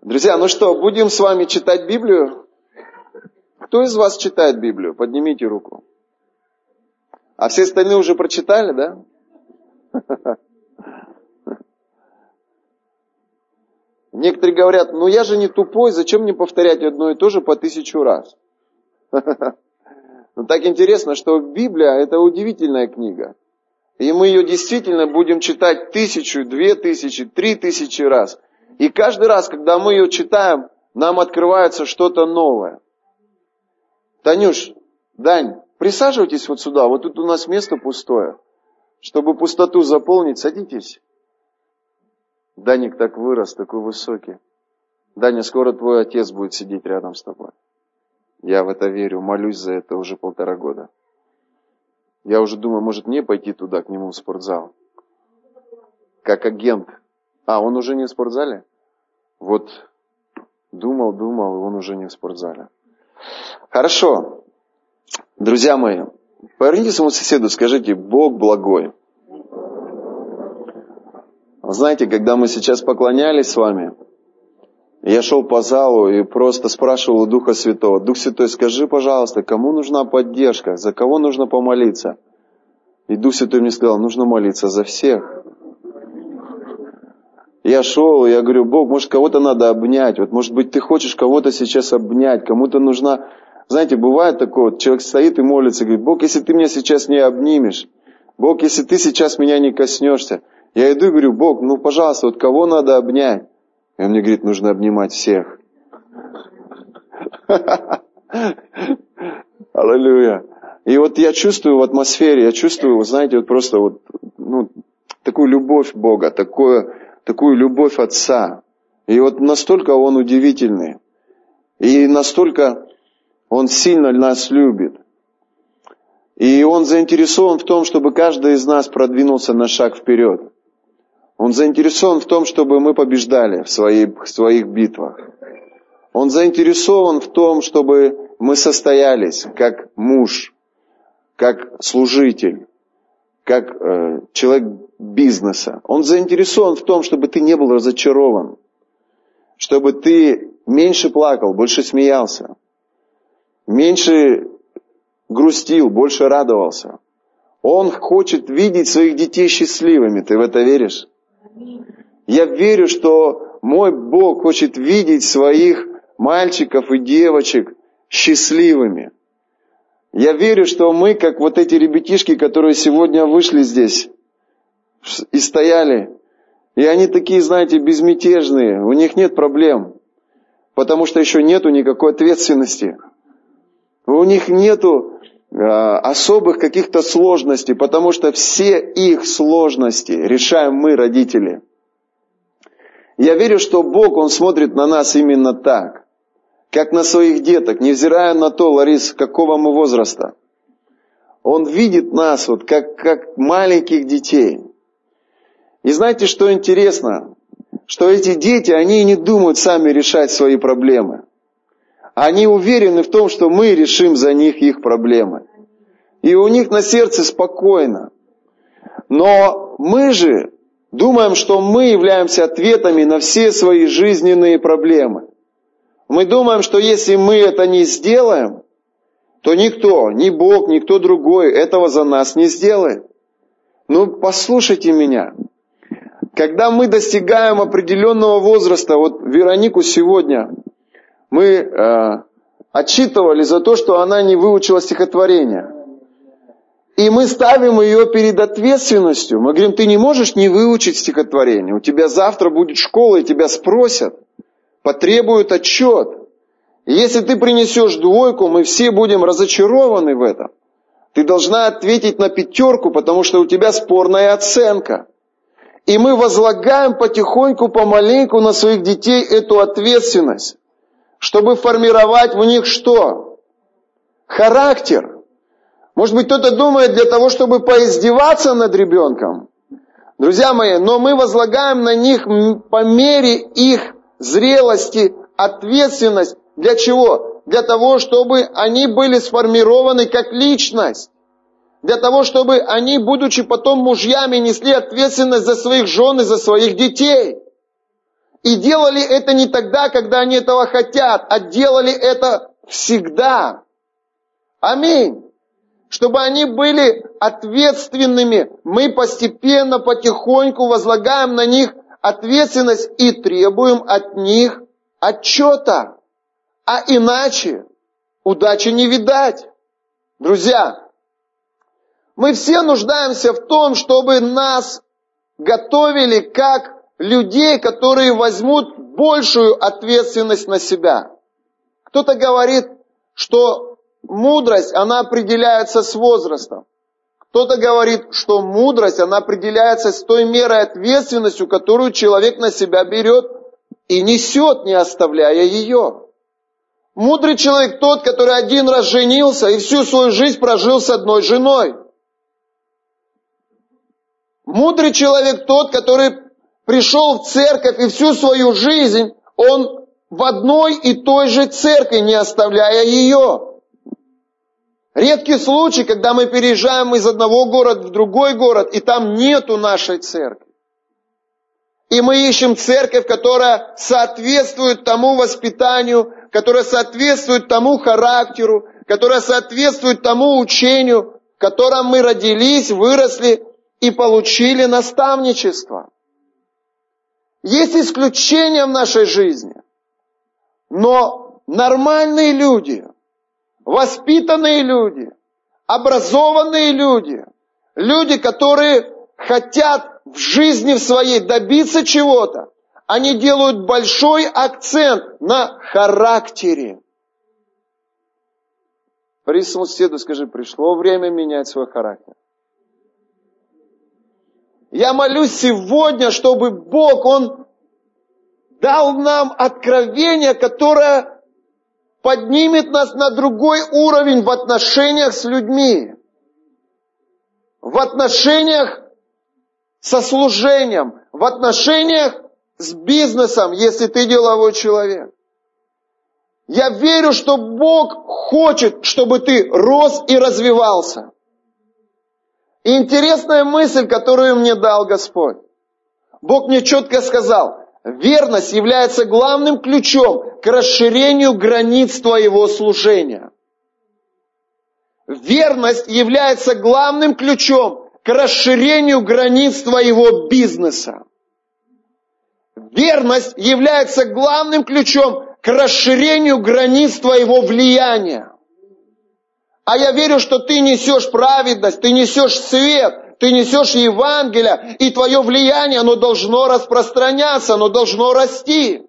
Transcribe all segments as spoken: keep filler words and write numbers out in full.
Друзья, ну что, будем с вами читать Библию? Кто из вас читает Библию? Поднимите руку. А все остальные уже прочитали, да? Некоторые говорят, ну я же не тупой, зачем мне повторять одно и то же по тысячу раз? Ну так интересно, что Библия это удивительная книга. И мы ее действительно будем читать тысячу, две тысячи, три тысячи раз. И каждый раз, когда мы ее читаем, нам открывается что-то новое. Танюш, Дань, присаживайтесь вот сюда, вот тут у нас место пустое. Чтобы пустоту заполнить, садитесь. Даник так вырос, такой высокий. Даня, скоро твой отец будет сидеть рядом с тобой. Я в это верю, молюсь за это уже полтора года. Я уже думаю, может мне пойти туда, к нему в спортзал. Как агент. А, он уже не в спортзале? Вот, думал, думал, и он уже не в спортзале. Хорошо. Друзья мои, поверните своему соседу, скажите, Бог благой. Вы знаете, когда мы сейчас поклонялись с вами, я шел по залу и просто спрашивал у Духа Святого, Дух Святой, скажи, пожалуйста, кому нужна поддержка, за кого нужно помолиться? И Дух Святой мне сказал, нужно молиться за всех. Я шел, и я говорю, Бог, может, кого-то надо обнять, вот, может быть, ты хочешь кого-то сейчас обнять, кому-то нужна... Знаете, бывает такое, вот, человек стоит и молится, говорит, Бог, если ты меня сейчас не обнимешь, Бог, если ты сейчас меня не коснешься, я иду и говорю, Бог, ну, пожалуйста, вот кого надо обнять? И он мне говорит, нужно обнимать всех. Аллилуйя. И вот я чувствую в атмосфере, я чувствую, вы знаете, вот просто вот, ну, такую любовь Бога, такую, такую любовь Отца. И вот настолько Он удивительный. И настолько Он сильно нас любит. И Он заинтересован в том, чтобы каждый из нас продвинулся на шаг вперед. Он заинтересован в том, чтобы мы побеждали в своих, в своих битвах. Он заинтересован в том, чтобы мы состоялись как муж, как служитель, как э, человек бизнеса. Он заинтересован в том, чтобы ты не был разочарован, чтобы ты меньше плакал, больше смеялся, меньше грустил, больше радовался. Он хочет видеть своих детей счастливыми. Ты в это веришь? Я верю, что мой Бог хочет видеть своих мальчиков и девочек счастливыми. Я верю, что мы, как вот эти ребятишки, которые сегодня вышли здесь и стояли, и они такие, знаете, безмятежные, у них нет проблем, потому что еще нету никакой ответственности. У них нету э, особых каких-то сложностей, потому что все их сложности решаем мы, родители. Я верю, что Бог, Он смотрит на нас именно так, как на своих деток, невзирая на то, Ларис, какого мы возраста. Он видит нас вот как, как маленьких детей. И знаете, что интересно? Что эти дети, они не думают сами решать свои проблемы. Они уверены в том, что мы решим за них их проблемы. И у них на сердце спокойно. Но мы же думаем, что мы являемся ответами на все свои жизненные проблемы. Мы думаем, что если мы это не сделаем, то никто, ни Бог, никто другой этого за нас не сделает. Ну, послушайте меня. Когда мы достигаем определенного возраста, вот Веронику сегодня мы э, отчитывали за то, что она не выучила стихотворение. И мы ставим ее перед ответственностью. Мы говорим, ты не можешь не выучить стихотворение. У тебя завтра будет школа, и тебя спросят, потребуют отчет. И если ты принесешь двойку, мы все будем разочарованы в этом. Ты должна ответить на пятерку, потому что у тебя спорная оценка. И мы возлагаем потихоньку, помаленьку на своих детей эту ответственность, чтобы формировать в них что? Характер. Может быть, кто-то думает для того, чтобы поиздеваться над ребенком. Друзья мои, но мы возлагаем на них по мере их зрелости ответственность. Для чего? Для того, чтобы они были сформированы как личность. Для того, чтобы они, будучи потом мужьями, несли ответственность за своих жен и за своих детей. И делали это не тогда, когда они этого хотят, а делали это всегда. Аминь. Чтобы они были ответственными, мы постепенно, потихоньку возлагаем на них ответственность и требуем от них отчета. А иначе удачи не видать. Друзья, мы все нуждаемся в том, чтобы нас готовили как людей, которые возьмут большую ответственность на себя. Кто-то говорит, что мудрость, она определяется с возрастом. Кто-то говорит, что мудрость, она определяется с той мерой ответственностью, которую человек на себя берет и несет, не оставляя ее. Мудрый человек тот, который один раз женился и всю свою жизнь прожил с одной женой. Мудрый человек тот, который пришел в церковь и всю свою жизнь он в одной и той же церкви, не оставляя ее. Редкий случай, когда мы переезжаем из одного города в другой город, и там нету нашей церкви. И мы ищем церковь, которая соответствует тому воспитанию, которая соответствует тому характеру, которая соответствует тому учению, в котором мы родились, выросли и получили наставничество. Есть исключения в нашей жизни, но нормальные люди, воспитанные люди, образованные люди, люди, которые хотят в жизни в своей добиться чего-то, они делают большой акцент на характере. При соседу скажи, пришло время менять свой характер. Я молюсь сегодня, чтобы Бог, Он дал нам откровение, которое поднимет нас на другой уровень в отношениях с людьми, в отношениях со служением, в отношениях с бизнесом, если ты деловой человек. Я верю, что Бог хочет, чтобы ты рос и развивался. И интересная мысль, которую мне дал Господь. Бог мне четко сказал, верность является главным ключом к расширению границ твоего служения. Верность является главным ключом к расширению границ твоего бизнеса. Верность является главным ключом к расширению границ твоего влияния. А я верю, что ты несешь праведность, ты несешь свет, ты несешь Евангелие, и твое влияние, оно должно распространяться, оно должно расти.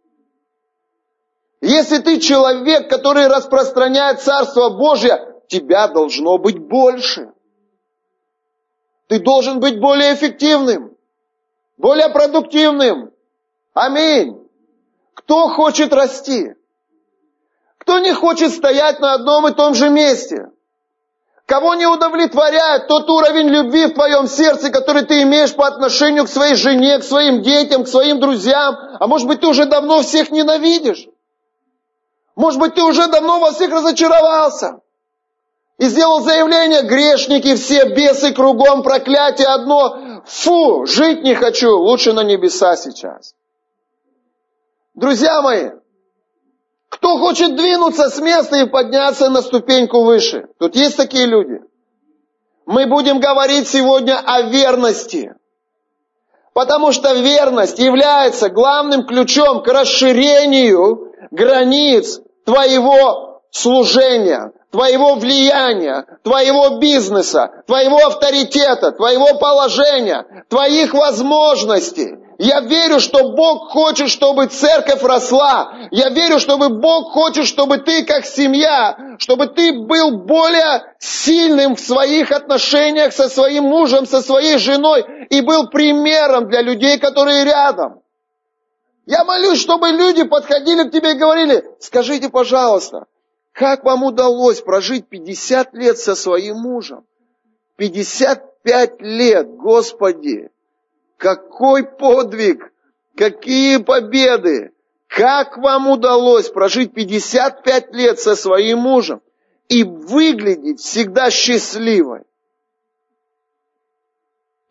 Если ты человек, который распространяет Царство Божье, тебя должно быть больше. Ты должен быть более эффективным, более продуктивным. Аминь. Кто хочет расти? Кто не хочет стоять на одном и том же месте? Кого не удовлетворяет тот уровень любви в твоем сердце, который ты имеешь по отношению к своей жене, к своим детям, к своим друзьям? А может быть, ты уже давно всех ненавидишь? Может быть, ты уже давно во всех разочаровался? И сделал заявление: грешники все, бесы кругом, проклятие одно. Фу, жить не хочу, лучше на небеса сейчас. Друзья мои, кто хочет двинуться с места и подняться на ступеньку выше? Тут есть такие люди. Мы будем говорить сегодня о верности. Потому что верность является главным ключом к расширению границ твоего служения, твоего влияния, твоего бизнеса, твоего авторитета, твоего положения, твоих возможностей. Я верю, что Бог хочет, чтобы церковь росла. Я верю, чтобы Бог хочет, чтобы ты как семья, чтобы ты был более сильным в своих отношениях со своим мужем, со своей женой и был примером для людей, которые рядом. Я молюсь, чтобы люди подходили к тебе и говорили: скажите, пожалуйста, как вам удалось прожить пятьдесят лет со своим мужем? пятьдесят пять лет, Господи! Какой подвиг! Какие победы! Как вам удалось прожить пятьдесят пять лет со своим мужем и выглядеть всегда счастливой?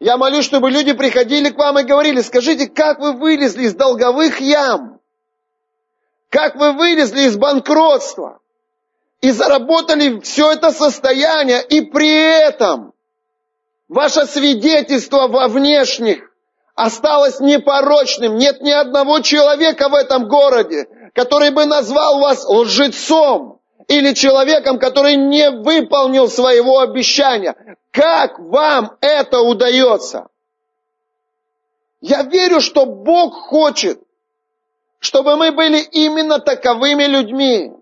Я молюсь, чтобы люди приходили к вам и говорили: скажите, как вы вылезли из долговых ям? Как вы вылезли из банкротства? И заработали все это состояние, и при этом ваше свидетельство во внешних осталось непорочным. Нет ни одного человека в этом городе, который бы назвал вас лжецом или человеком, который не выполнил своего обещания. Как вам это удается? Я верю, что Бог хочет, чтобы мы были именно таковыми людьми.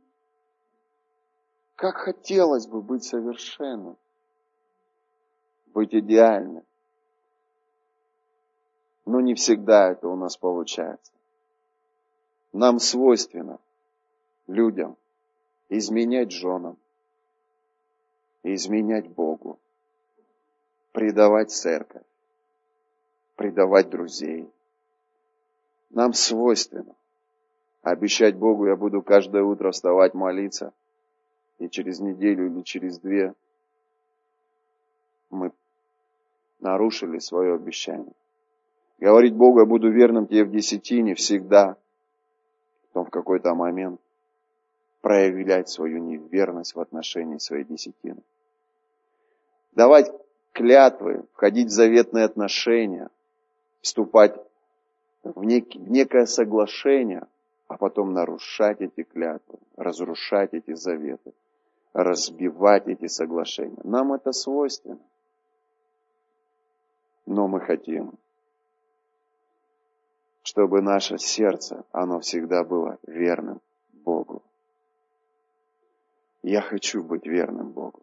Как хотелось бы быть совершенным, быть идеальным. Но не всегда это у нас получается. Нам свойственно, людям, изменять женам, изменять Богу, предавать церковь, предавать друзей. Нам свойственно обещать Богу: я буду каждое утро вставать, молиться, и через неделю или через две мы нарушили свое обещание. Говорить Богу: я буду верным тебе в десятине всегда, потом в какой-то момент проявлять свою неверность в отношении своей десятины. Давать клятвы, входить в заветные отношения, вступать в, нек- в некое соглашение, а потом нарушать эти клятвы, разрушать эти заветы, разбивать эти соглашения. Нам это свойственно. Но мы хотим, чтобы наше сердце, оно всегда было верным Богу. Я хочу быть верным Богу.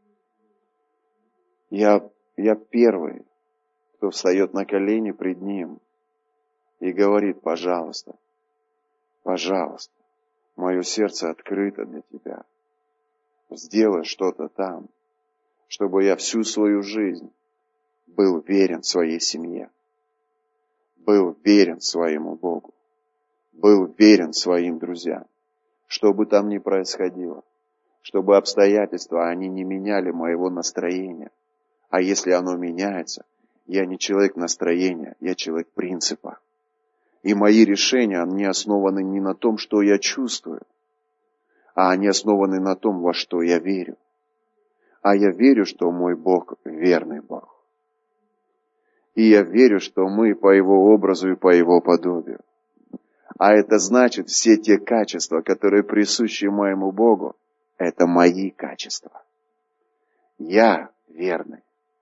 Я, я первый, кто встает на колени пред Ним и говорит: пожалуйста, пожалуйста, мое сердце открыто для Тебя. Сделай что-то там, чтобы я всю свою жизнь был верен своей семье, был верен своему Богу, был верен своим друзьям. Что бы там ни происходило, чтобы обстоятельства, они не меняли моего настроения. А если оно меняется, я не человек настроения, я человек принципа. И мои решения, они основаны не на том, что я чувствую, а они основаны на том, во что я верю. А я верю, что мой Бог верный Бог. И я верю, что мы по Его образу и по Его подобию. А это значит, все те качества, которые присущи моему Богу, это мои качества. Я верный.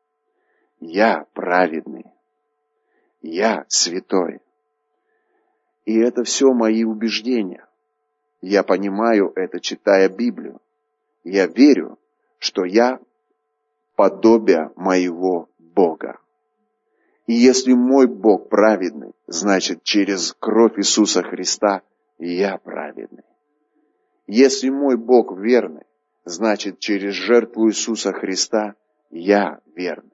Я праведный. Я святой. И это все мои убеждения. Я понимаю это, читая Библию. Я верю, что я подобие моего Бога. И если мой Бог праведный, значит, через кровь Иисуса Христа я праведный. Если мой Бог верный, значит, через жертву Иисуса Христа я верный.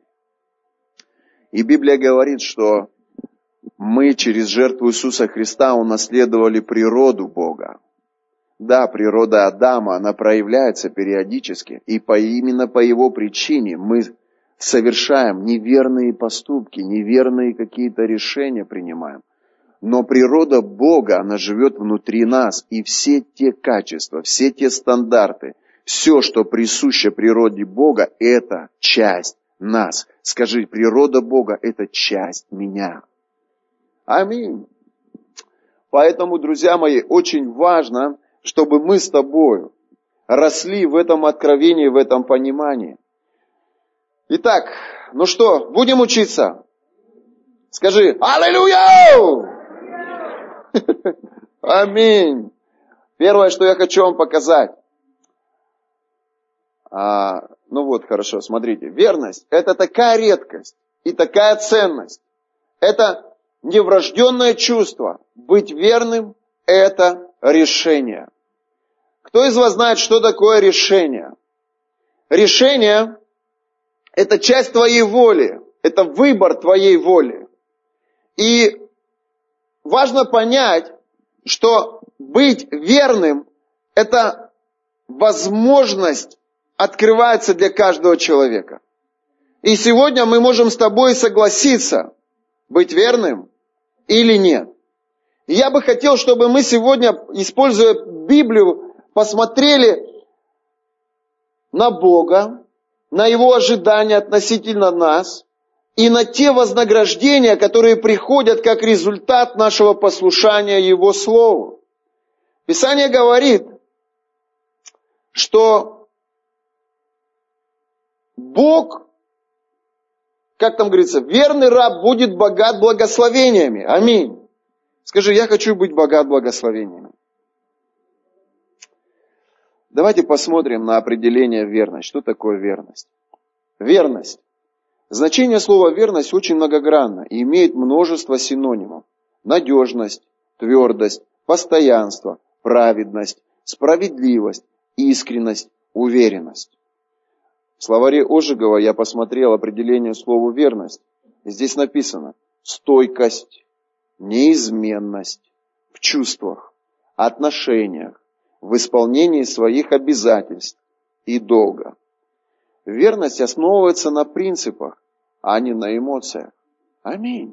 И Библия говорит, что мы через жертву Иисуса Христа унаследовали природу Бога. Да, природа Адама, она проявляется периодически, и по, именно по его причине мы совершаем неверные поступки, неверные какие-то решения принимаем. Но природа Бога, она живет внутри нас, и все те качества, все те стандарты, все, что присуще природе Бога, это часть нас. Скажи: природа Бога – это часть меня. Аминь. Поэтому, друзья мои, очень важно, чтобы мы с тобой росли в этом откровении, в этом понимании. Итак, ну что, будем учиться? Скажи: аллилуйя! Аминь. Первое, что я хочу вам показать. А, ну вот, хорошо, смотрите. Верность – это такая редкость и такая ценность. Это неврожденное чувство. Быть верным – это решение. Кто из вас знает, что такое решение? Решение – это часть твоей воли. Это выбор твоей воли. И важно понять, что быть верным – это возможность открывается для каждого человека. И сегодня мы можем с тобой согласиться, быть верным или нет. Я бы хотел, чтобы мы сегодня, используя Библию, посмотрели на Бога, на Его ожидания относительно нас и на те вознаграждения, которые приходят как результат нашего послушания Его Слову. Писание говорит, что Бог, как там говорится, верный раб будет богат благословениями. Аминь. Скажи, я хочу быть богат благословениями. Давайте посмотрим на определение верность. Что такое верность? Верность. Значение слова верность очень многогранно и имеет множество синонимов. Надежность, твердость, постоянство, праведность, справедливость, искренность, уверенность. В словаре Ожегова я посмотрел определение слова верность. И здесь написано стойкость, неизменность в чувствах, отношениях, в исполнении своих обязательств и долга. Верность основывается на принципах, а не на эмоциях. Аминь.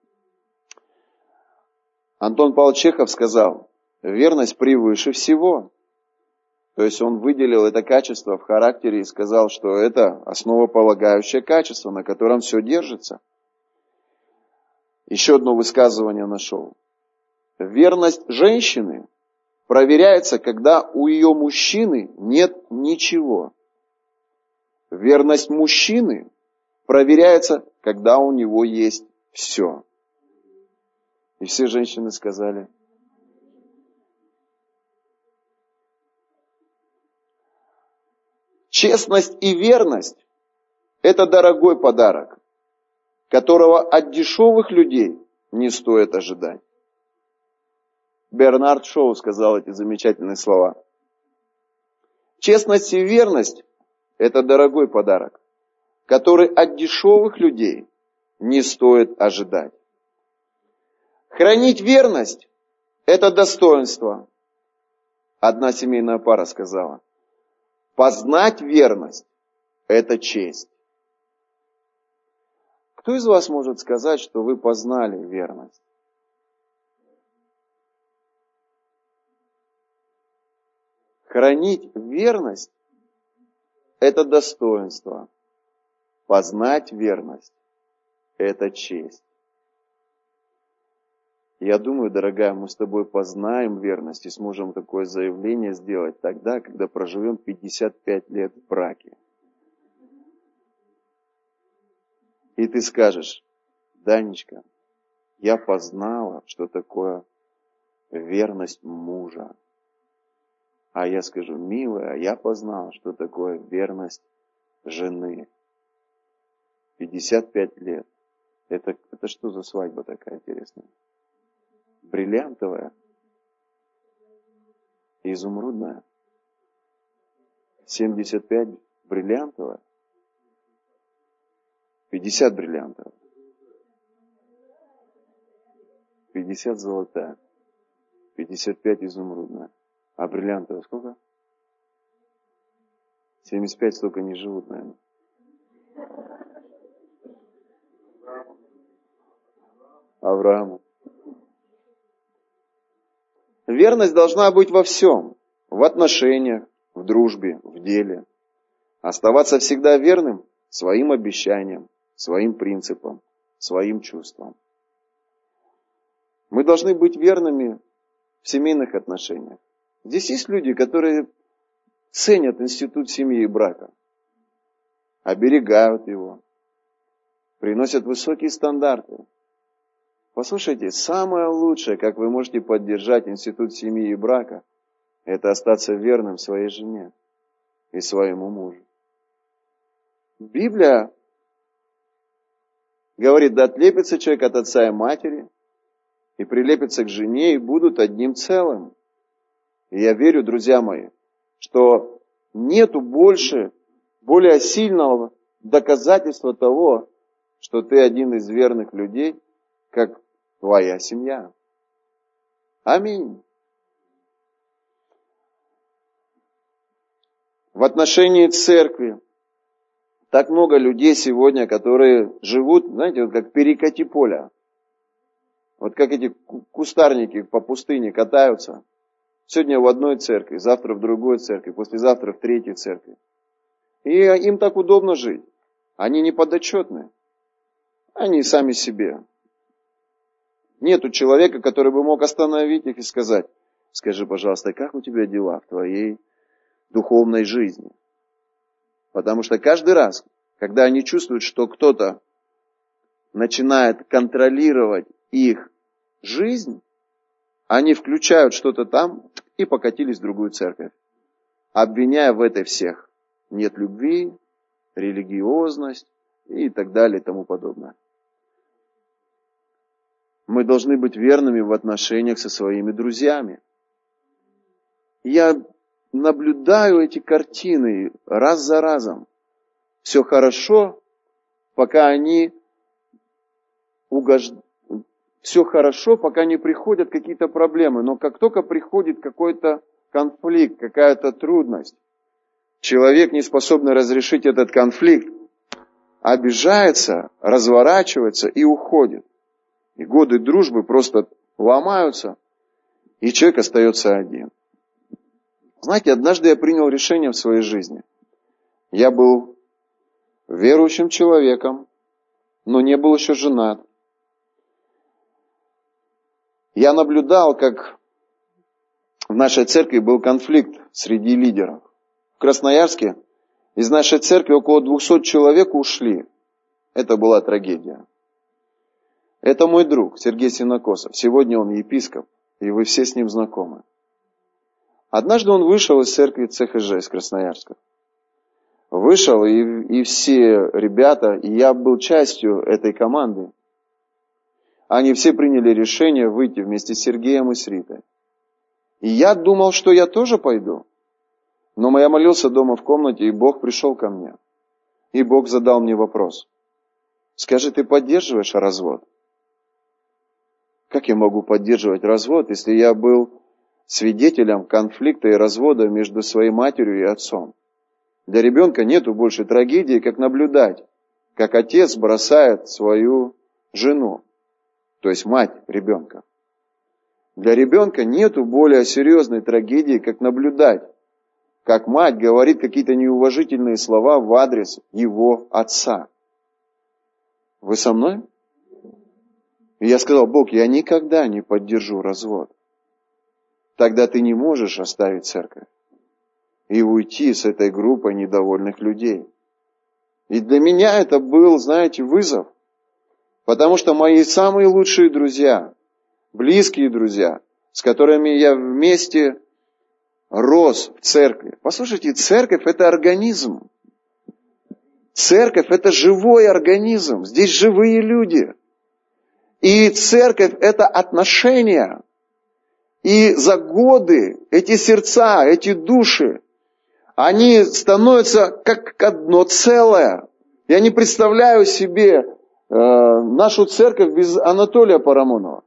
Антон Павлович Чехов сказал, верность превыше всего. То есть он выделил это качество в характере и сказал, что это основополагающее качество, на котором все держится. Еще одно высказывание нашел. Верность женщины проверяется, когда у ее мужчины нет ничего. Верность мужчины проверяется, когда у него есть все. И все женщины сказали. Честность и верность – это дорогой подарок, которого от дешевых людей не стоит ожидать. Бернард Шоу сказал эти замечательные слова. Честность и верность – это дорогой подарок, который от дешевых людей не стоит ожидать. Хранить верность – это достоинство. Одна семейная пара сказала. Познать верность – это честь. Кто из вас может сказать, что вы познали верность? Хранить верность – это достоинство. Познать верность – это честь. Я думаю, дорогая, мы с тобой познаем верность и сможем такое заявление сделать тогда, когда проживем пятьдесят пять лет в браке. И ты скажешь, Данечка, я познала, что такое верность мужа. А я скажу, милая, я познала, что такое верность жены. пятьдесят пять лет. Это, это что за свадьба такая интересная? Бриллиантовая, изумрудная, семьдесят пять бриллиантовая, пятьдесят бриллиантовая, пятьдесят золотая, пятьдесят пять изумрудная, а бриллиантовая сколько? семьдесят пять столько не живут, наверное. Аврааму. Верность должна быть во всем. В отношениях, в дружбе, в деле. Оставаться всегда верным своим обещаниям, своим принципам, своим чувствам. Мы должны быть верными в семейных отношениях. Здесь есть люди, которые ценят институт семьи и брака, оберегают его, приносят высокие стандарты. Послушайте, самое лучшее, как вы можете поддержать институт семьи и брака, это остаться верным своей жене и своему мужу. Библия говорит, да отлепится человек от отца и матери, и прилепится к жене, и будут одним целым. И я верю, друзья мои, что нету больше, более сильного доказательства того, что ты один из верных людей, как твоя семья. Аминь. В отношении церкви Так много людей сегодня, которые живут, знаете, вот как перекати поля. Вот как эти кустарники по пустыне катаются. Сегодня в одной церкви, завтра в другой церкви, послезавтра в третьей церкви. И им так удобно жить. Они не подотчетны. Они сами себе. Нету человека, который бы мог остановить их и сказать: скажи, пожалуйста, как у тебя дела в твоей духовной жизни? Потому что каждый раз, когда они чувствуют, что кто-то начинает контролировать их жизнь, они включают что-то там и покатились в другую церковь, обвиняя в этой всех. Нет любви, религиозность и так далее и тому подобное. Мы должны быть верными в отношениях со своими друзьями. Я наблюдаю эти картины раз за разом. Все хорошо, пока они угождают. Все хорошо, пока не приходят какие-то проблемы. Но как только приходит какой-то конфликт, какая-то трудность, человек, не способный разрешить этот конфликт, обижается, разворачивается и уходит. И годы дружбы просто ломаются, и человек остается один. Знаете, однажды я принял решение в своей жизни. Я был верующим человеком, но не был еще женат. Я наблюдал, как в нашей церкви был конфликт среди лидеров. В Красноярске из нашей церкви около двухсот человек ушли. Это была трагедия. Это мой друг Сергей Синокосов. Сегодня он епископ, и вы все с ним знакомы. Однажды он вышел из церкви ЦХЖ из Красноярска. Вышел, и, и все ребята, и я был частью этой команды. Они все приняли решение выйти вместе с Сергеем и с Ритой. И я думал, что я тоже пойду. Но я молился дома в комнате, и Бог пришел ко мне. И Бог задал мне вопрос. Скажи, ты поддерживаешь развод? Как я могу поддерживать развод, если я был свидетелем конфликта и развода между своей матерью и отцом? Для ребенка нету больше трагедии, как наблюдать, как отец бросает свою жену, то есть мать ребенка. Для ребенка нету более серьезной трагедии, как наблюдать, как мать говорит какие-то неуважительные слова в адрес его отца. Вы со мной? И я сказал: Бог, я никогда не поддержу развод. Тогда ты не можешь оставить церковь и уйти с этой группой недовольных людей. И для меня это был, знаете, вызов. Потому что мои самые лучшие друзья, близкие друзья, с которыми я вместе рос в церкви. Послушайте, церковь – это организм. Церковь – это живой организм. Здесь живые люди. И церковь – это отношения. И за годы эти сердца, эти души, они становятся как одно целое. Я не представляю себе э, нашу церковь без Анатолия Парамонова.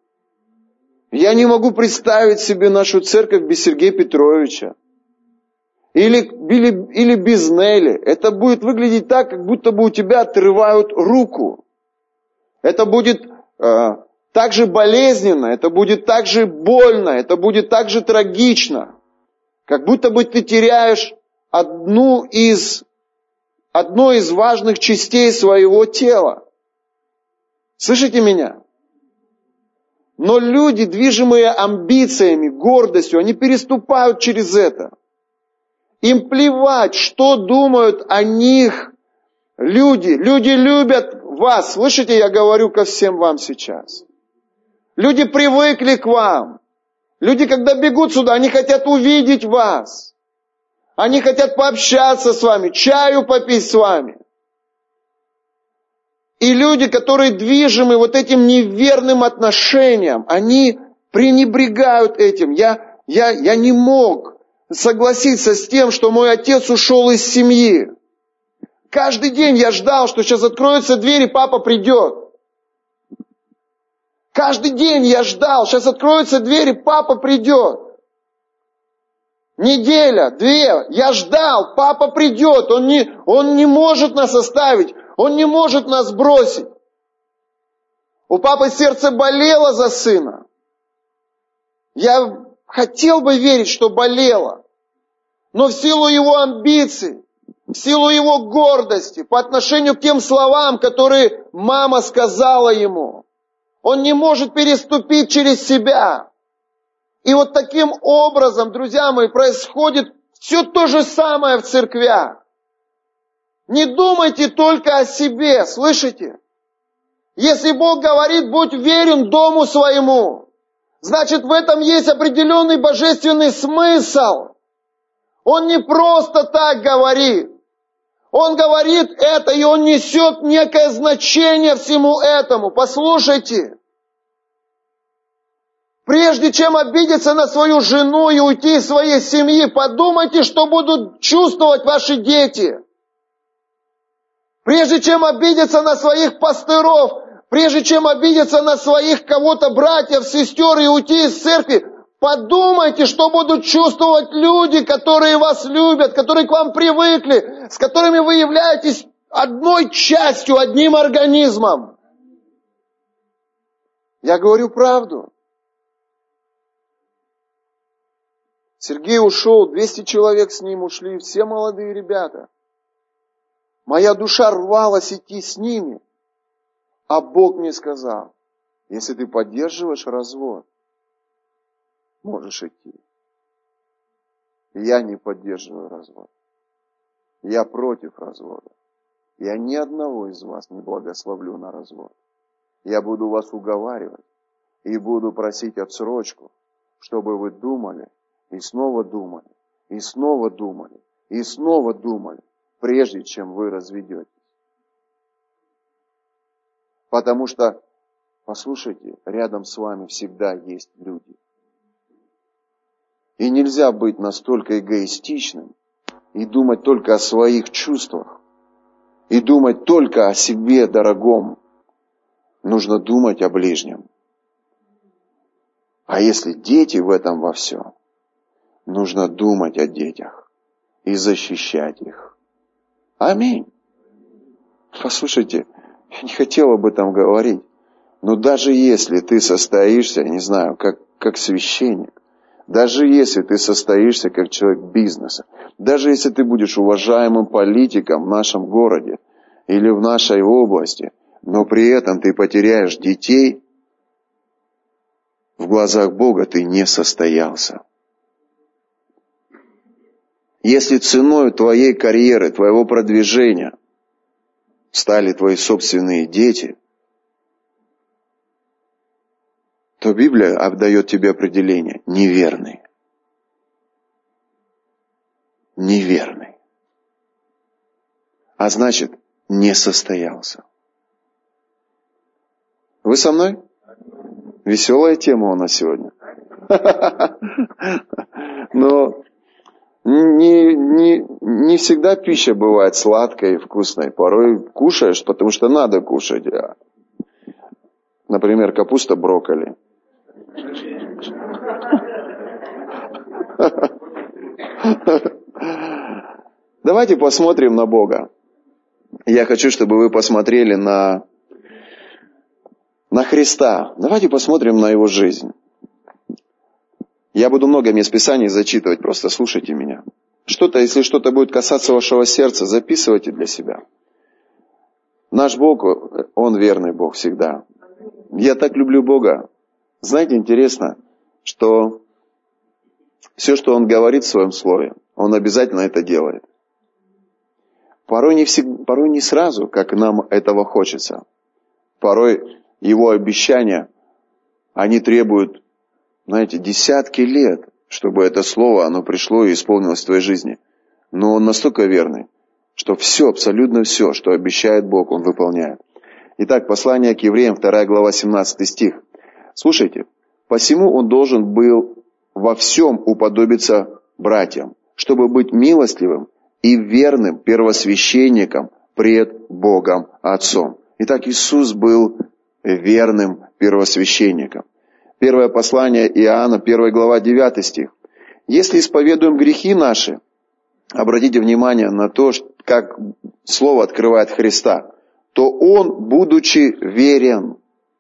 Я не могу представить себе нашу церковь без Сергея Петровича. Или, или, или без Нелли. Это будет выглядеть так, как будто бы у тебя отрывают руку. Это будет э, так же болезненно, это будет так же больно, это будет так же трагично. Как будто бы ты теряешь одну из, одну из важных частей своего тела. Слышите меня? Но люди, движимые амбициями, гордостью, они переступают через это. Им плевать, что думают о них люди. Люди любят вас. Слышите, я говорю ко всем вам сейчас. Люди привыкли к вам. Люди, когда бегут сюда, они хотят увидеть вас. Они хотят пообщаться с вами, чаю попить с вами. И люди, которые движимы вот этим неверным отношением, они пренебрегают этим. Я, я, я не мог согласиться с тем, что мой отец ушел из семьи. Каждый день я ждал, что сейчас откроется дверь, и папа придет. Каждый день я ждал, сейчас откроется дверь, и папа придет. Неделя, две, я ждал, папа придет, он не, он не может нас оставить, он не может нас бросить. У папы сердце болело за сына. Я хотел бы верить, что болело, но в силу его амбиций, в силу его гордости, по отношению к тем словам, которые мама сказала ему, он не может переступить через себя. И вот таким образом, друзья мои, происходит все то же самое в церквях. Не думайте только о себе, слышите? Если Бог говорит, будь верен дому своему, значит, в этом есть определенный божественный смысл. Он не просто так говорит. Он говорит это, и он несет некое значение всему этому. Послушайте. Прежде чем обидеться на свою жену и уйти из своей семьи, подумайте, что будут чувствовать ваши дети. Прежде чем обидеться на своих пастыров, прежде чем обидеться на своих кого-то братьев, сестер и уйти из церкви, подумайте, что будут чувствовать люди, которые вас любят, которые к вам привыкли, с которыми вы являетесь одной частью, одним организмом. Я говорю правду. Сергей ушел, двести человек с ним ушли, все молодые ребята. Моя душа рвалась идти с ними. А Бог мне сказал, если ты поддерживаешь развод, можешь идти. Я не поддерживаю развод. Я против развода. Я ни одного из вас не благословлю на развод. Я буду вас уговаривать и буду просить отсрочку, чтобы вы думали, и снова думали, и снова думали, и снова думали, прежде чем вы разведетесь. Потому что, послушайте, рядом с вами всегда есть люди. И нельзя быть настолько эгоистичным и думать только о своих чувствах, и думать только о себе дорогом. Нужно думать о ближнем. А если дети в этом во всем, нужно думать о детях и защищать их. Аминь. Послушайте, я не хотел об этом говорить, но даже если ты состоишься, не знаю, как, как священник, даже если ты состоишься как человек бизнеса, даже если ты будешь уважаемым политиком в нашем городе или в нашей области, но при этом ты потеряешь детей, в глазах Бога ты не состоялся. Если ценой твоей карьеры, твоего продвижения стали твои собственные дети, то Библия отдает тебе определение неверный. Неверный. А значит, не состоялся. Вы со мной? Веселая тема у нас сегодня. Но не, не, не всегда пища бывает сладкой и вкусной. Порой кушаешь, потому что надо кушать. Например, капуста, брокколи. Давайте посмотрим на Бога. Я хочу, чтобы вы посмотрели на, на Христа. Давайте посмотрим на Его жизнь. Я буду много мест Писаний зачитывать, просто слушайте меня. Что-то, если что-то будет касаться вашего сердца, записывайте для себя. Наш Бог, Он верный Бог всегда. Я так люблю Бога. Знаете, интересно, что все, что Он говорит в Своем Слове, Он обязательно это делает. Порой не, всегда, порой не сразу, как нам этого хочется. Порой Его обещания, они требуют, знаете, десятки лет, чтобы это слово, оно пришло и исполнилось в твоей жизни. Но Он настолько верный, что все, абсолютно все, что обещает Бог, Он выполняет. Итак, послание к евреям, вторая глава, семнадцатый стих. Слушайте. «Посему Он должен был во всем уподобиться братьям, чтобы быть милостливым и верным первосвященником пред Богом Отцом». Итак, Иисус был верным первосвященником. Первое послание Иоанна, первая глава, девятый стих. Если исповедуем грехи наши, обратите внимание на то, как Слово открывает Христа, то Он, будучи верен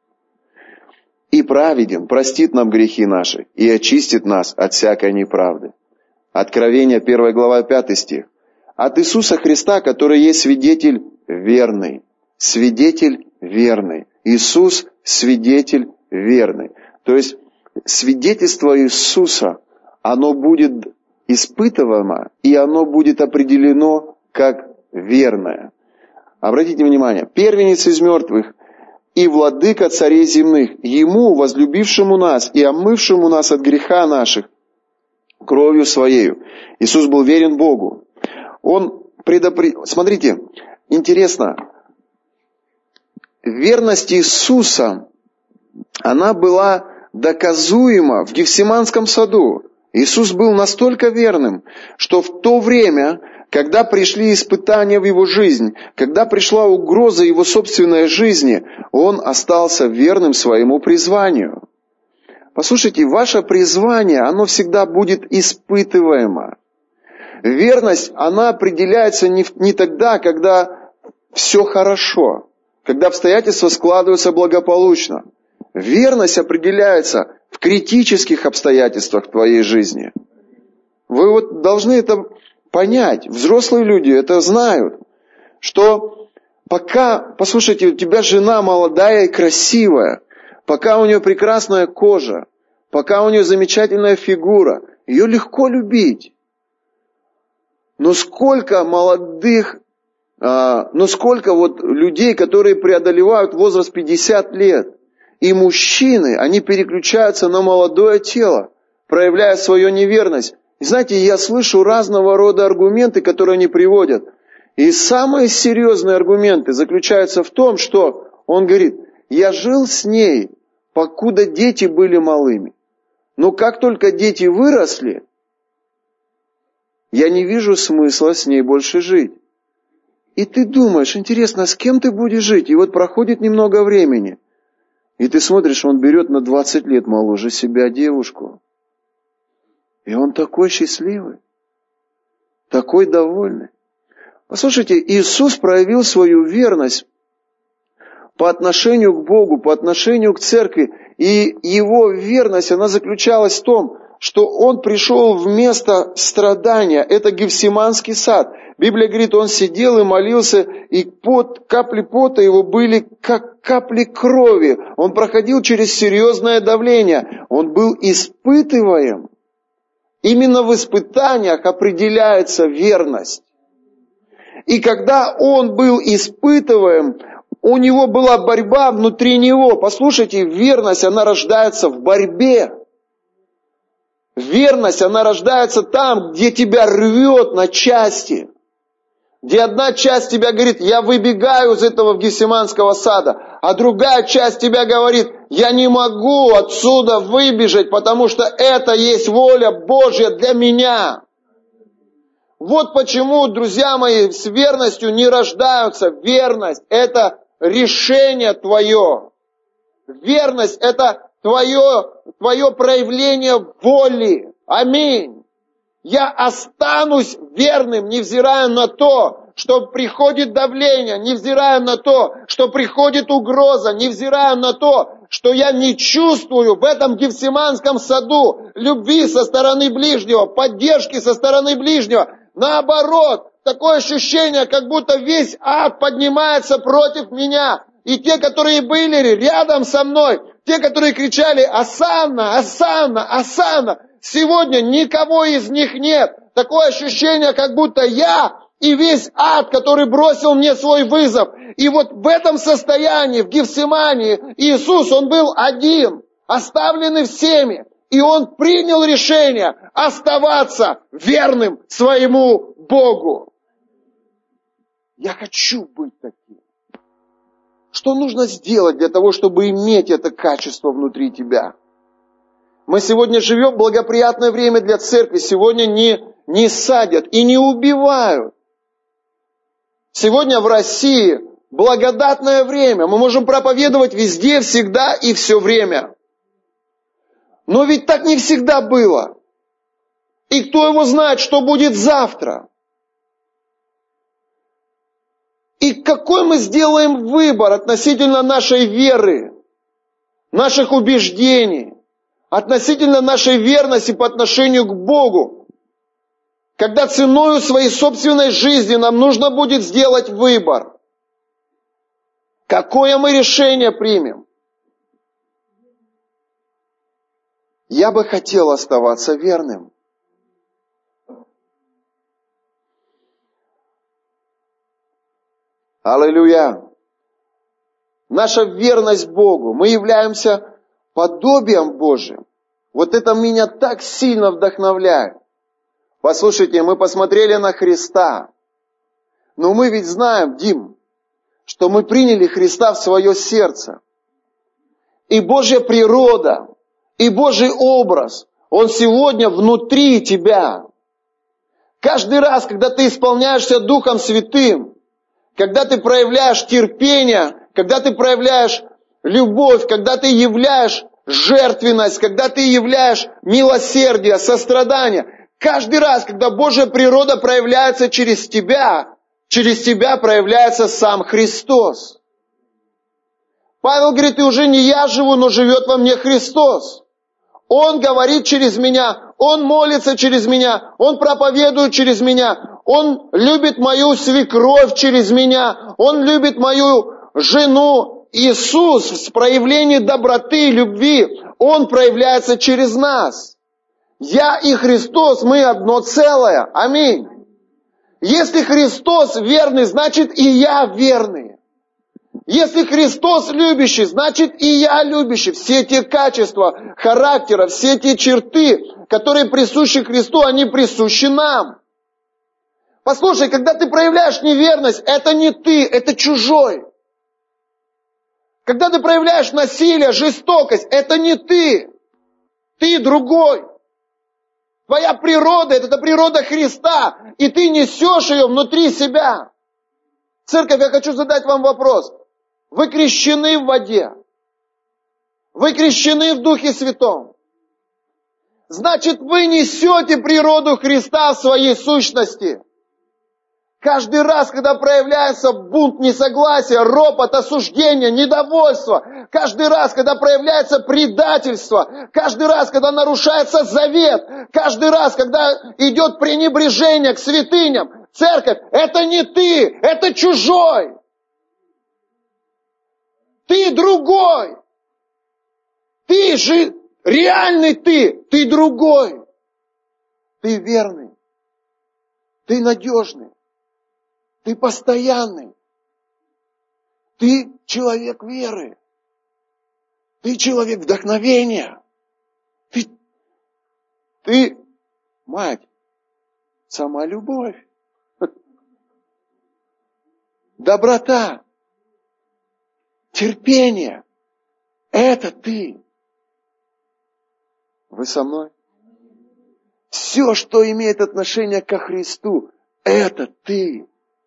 и праведен, простит нам грехи наши и очистит нас от всякой неправды. Откровение, первая глава, пятый стих. От Иисуса Христа, который есть свидетель верный. Свидетель верный. Иисус – свидетель верный. То есть свидетельство Иисуса, оно будет испытываемо, и оно будет определено как верное. Обратите внимание, первенец из мертвых и владыка царей земных, Ему, возлюбившему нас и омывшему нас от греха наших кровью Своею. Иисус был верен Богу. Он предопре... Смотрите, интересно, верность Иисуса, она была доказуема в Гефсиманском саду. Иисус был настолько верным, что в то время, когда пришли испытания в Его жизнь, когда пришла угроза Его собственной жизни, Он остался верным своему призванию. Послушайте, ваше призвание, оно всегда будет испытываемо. Верность, она определяется не, не тогда, когда все хорошо, когда обстоятельства складываются благополучно. Верность определяется в критических обстоятельствах в твоей жизни. Вы вот должны это понять. Взрослые люди это знают, что пока, послушайте, у тебя жена молодая и красивая, пока у нее прекрасная кожа, пока у нее замечательная фигура, ее легко любить. Но сколько молодых, а, но сколько вот людей, которые преодолевают возраст пятьдесят лет, и мужчины, они переключаются на молодое тело, проявляя свою неверность. И знаете, я слышу разного рода аргументы, которые они приводят. И самые серьезные аргументы заключаются в том, что он говорит, я жил с ней, покуда дети были малыми. Но как только дети выросли, я не вижу смысла с ней больше жить. И ты думаешь, интересно, с кем ты будешь жить? И вот проходит немного времени. И ты смотришь, он берет на двадцать лет моложе себя девушку. И он такой счастливый, такой довольный. Послушайте, Иисус проявил свою верность по отношению к Богу, по отношению к церкви. И его верность, она заключалась в том, что он пришел в место страдания. Это Гефсиманский сад. Библия говорит, он сидел и молился, и пот, капли пота его были как капли крови. Он проходил через серьезное давление. Он был испытываем. Именно в испытаниях определяется верность. И когда он был испытываем, у него была борьба внутри него. Послушайте, верность, она рождается в борьбе. Верность, она рождается там, где тебя рвет на части. Где одна часть тебя говорит, я выбегаю из этого Гефсиманского сада, а другая часть тебя говорит, я не могу отсюда выбежать, потому что это есть воля Божья для меня. Вот почему, друзья мои, с верностью не рождаются. Верность – это решение твое. Верность – это твое, твое проявление воли. Аминь. Я останусь верным, невзирая на то, что приходит давление, невзирая на то, что приходит угроза, невзирая на то, что я не чувствую в этом Гефсиманском саду любви со стороны ближнего, поддержки со стороны ближнего. Наоборот, такое ощущение, как будто весь ад поднимается против меня. И те, которые были рядом со мной, те, которые кричали «Осанна! Осанна! Осанна!», сегодня никого из них нет. Такое ощущение, как будто я и весь ад, который бросил мне свой вызов. И вот в этом состоянии, в Гефсимании, Иисус, Он был один, оставленный всеми. И Он принял решение оставаться верным своему Богу. Я хочу быть таким. Что нужно сделать для того, чтобы иметь это качество внутри тебя? Мы сегодня живем в благоприятное время для церкви. Сегодня не, не садят и не убивают. Сегодня в России благодатное время. Мы можем проповедовать везде, всегда и все время. Но ведь так не всегда было. И кто его знает, что будет завтра? И какой мы сделаем выбор относительно нашей веры, наших убеждений, относительно нашей верности по отношению к Богу, когда ценою своей собственной жизни нам нужно будет сделать выбор. Какое мы решение примем? Я бы хотел оставаться верным. Аллилуйя! Наша верность Богу, мы являемся подобием Божьим. Вот это меня так сильно вдохновляет. Послушайте, мы посмотрели на Христа, но мы ведь знаем, Дим, что мы приняли Христа в свое сердце. И Божья природа, и Божий образ, он сегодня внутри тебя. Каждый раз, когда ты исполняешься Духом Святым, когда ты проявляешь терпение, когда ты проявляешь любовь, когда ты являешь жертвенность, когда ты являешь милосердие, сострадание, каждый раз, когда Божья природа проявляется через тебя, через тебя проявляется сам Христос. Павел говорит, и уже не я живу, но живет во мне Христос. Он говорит через меня, Он молится через меня, Он проповедует через меня, Он любит мою свекровь через меня, Он любит мою жену. Иисус в проявлении доброты и любви, Он проявляется через нас. Я и Христос, мы одно целое. Аминь. Если Христос верный, значит и я верный. Если Христос любящий, значит и я любящий. Все те качества характера, все те черты, которые присущи Христу, они присущи нам. Послушай, когда ты проявляешь неверность, это не ты, это чужой. Когда ты проявляешь насилие, жестокость, это не ты, ты другой. Твоя природа, это природа Христа, и ты несешь ее внутри себя. Церковь, я хочу задать вам вопрос. Вы крещены в воде. Вы крещены в Духе Святом. Значит, вы несете природу Христа в своей сущности. Каждый раз, когда проявляется бунт, несогласия, ропот, осуждение, недовольство, каждый раз, когда проявляется предательство, каждый раз, когда нарушается завет, каждый раз, когда идет пренебрежение к святыням, церковь, это не ты, это чужой. Ты другой. Ты же реальный ты, ты другой. Ты верный. Ты надежный. Ты постоянный. Ты человек веры. Ты человек вдохновения. Ты, ты мать, сама любовь. Доброта. Терпение. Это ты. Вы со мной? Все, что имеет отношение ко Христу, это ты.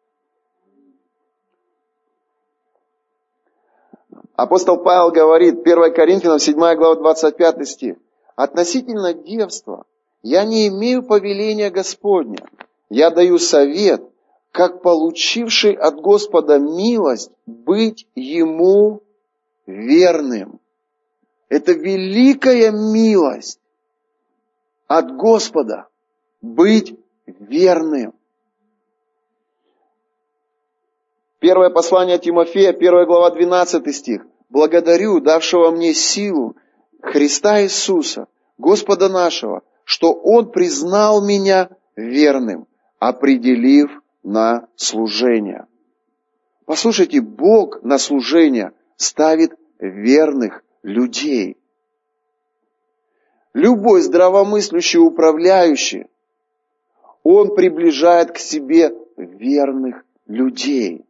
Апостол Павел говорит, первое Коринфянам, седьмая глава, двадцать пятый стих. Относительно девства я не имею повеления Господня. Я даю совет, как получивший от Господа милость, быть Ему верным. Это великая милость от Господа, быть верным. Первое послание Тимофея, первая глава, двенадцатый стих. «Благодарю, давшего мне силу, Христа Иисуса, Господа нашего, что Он признал меня верным, определив на служение». Послушайте, Бог на служение ставит верных людей. Любой здравомыслящий управляющий, он приближает к себе верных людей.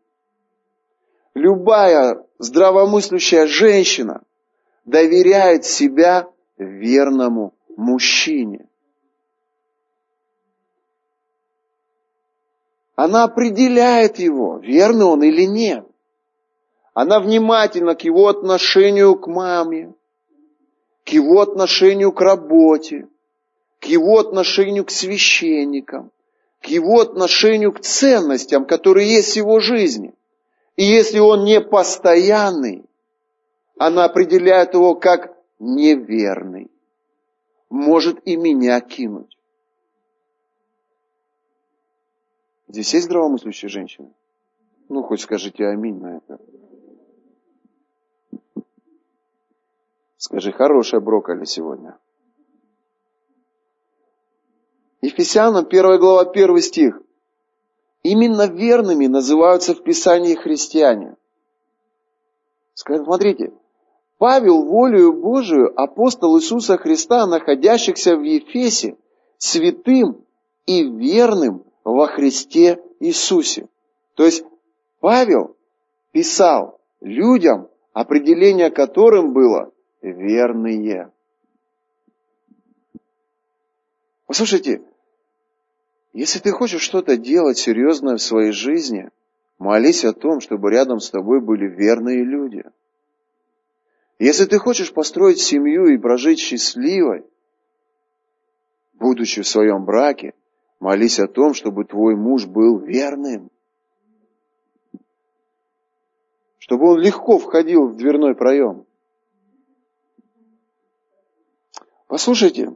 Любая здравомыслящая женщина доверяет себя верному мужчине. Она определяет его, верный он или нет. Она внимательна к его отношению к маме, к его отношению к работе, к к его отношению к священникам, к его отношению к ценностям, которые есть в его жизни. И если он не постоянный, она определяет его как неверный. Может и меня кинуть. Здесь есть здравомыслящие женщины? Ну, хоть скажите аминь на это. Скажи, хорошая брокколи сегодня. Ефесянам первая глава, первый стих. Именно верными называются в Писании христиане. Смотрите, Павел, волею Божию, апостол Иисуса Христа, находящихся в Ефесе, святым и верным во Христе Иисусе. То есть Павел писал людям, определение которым было верные. Послушайте, если ты хочешь что-то делать серьезное в своей жизни, молись о том, чтобы рядом с тобой были верные люди. Если ты хочешь построить семью и прожить счастливой, будучи в своем браке, молись о том, чтобы твой муж был верным. Чтобы он легко входил в дверной проем. Послушайте,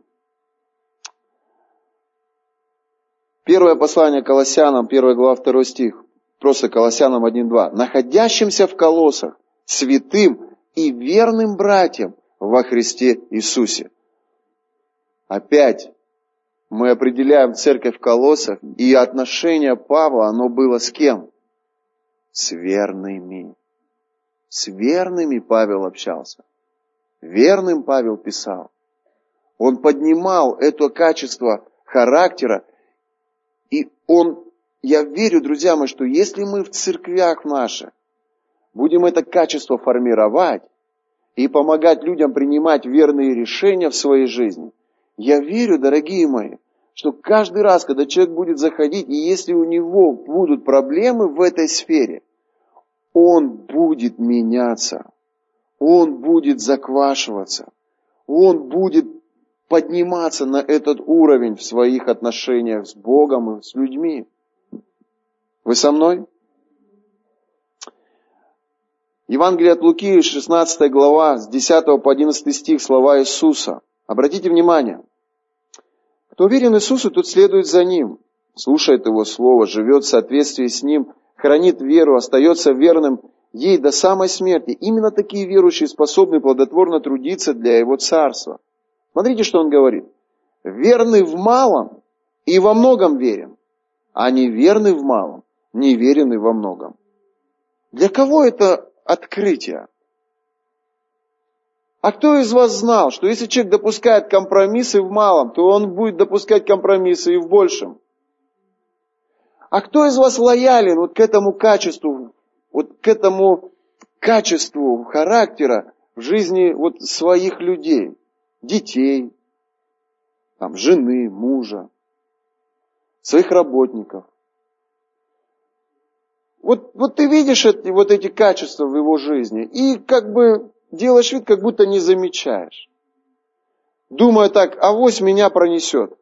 первое послание Колоссянам, первая глава, второй стих, просто Колоссянам один два. Находящимся в Колоссах, святым и верным братьям во Христе Иисусе. Опять мы определяем церковь в Колоссах, и отношение Павла, оно было с кем? С верными. С верными Павел общался. Верным Павел писал. Он поднимал это качество характера. И он, я верю, друзья мои, что если мы в церквях наших будем это качество формировать и помогать людям принимать верные решения в своей жизни, я верю, дорогие мои, что каждый раз, когда человек будет заходить, и если у него будут проблемы в этой сфере, он будет меняться, он будет заквашиваться, он будет подниматься на этот уровень в своих отношениях с Богом и с людьми. Вы со мной? Евангелие от Луки, шестнадцатая глава, с десятого по одиннадцатый стих, слова Иисуса. Обратите внимание. Кто верен Иисусу, тот следует за Ним, слушает Его Слово, живет в соответствии с Ним, хранит веру, остается верным ей до самой смерти. Именно такие верующие способны плодотворно трудиться для Его Царства. Смотрите, что он говорит. Верный в малом и во многом верен, а неверный в малом, неверенный во многом. Для кого это открытие? А кто из вас знал, что если человек допускает компромиссы в малом, то он будет допускать компромиссы и в большем? А кто из вас лоялен вот к этому качеству, вот к этому качеству характера в жизни вот своих людей? Детей, там, жены, мужа, своих работников. Вот, вот ты видишь эти, вот эти качества в его жизни и как бы делаешь вид, как будто не замечаешь. Думая так, авось меня пронесет.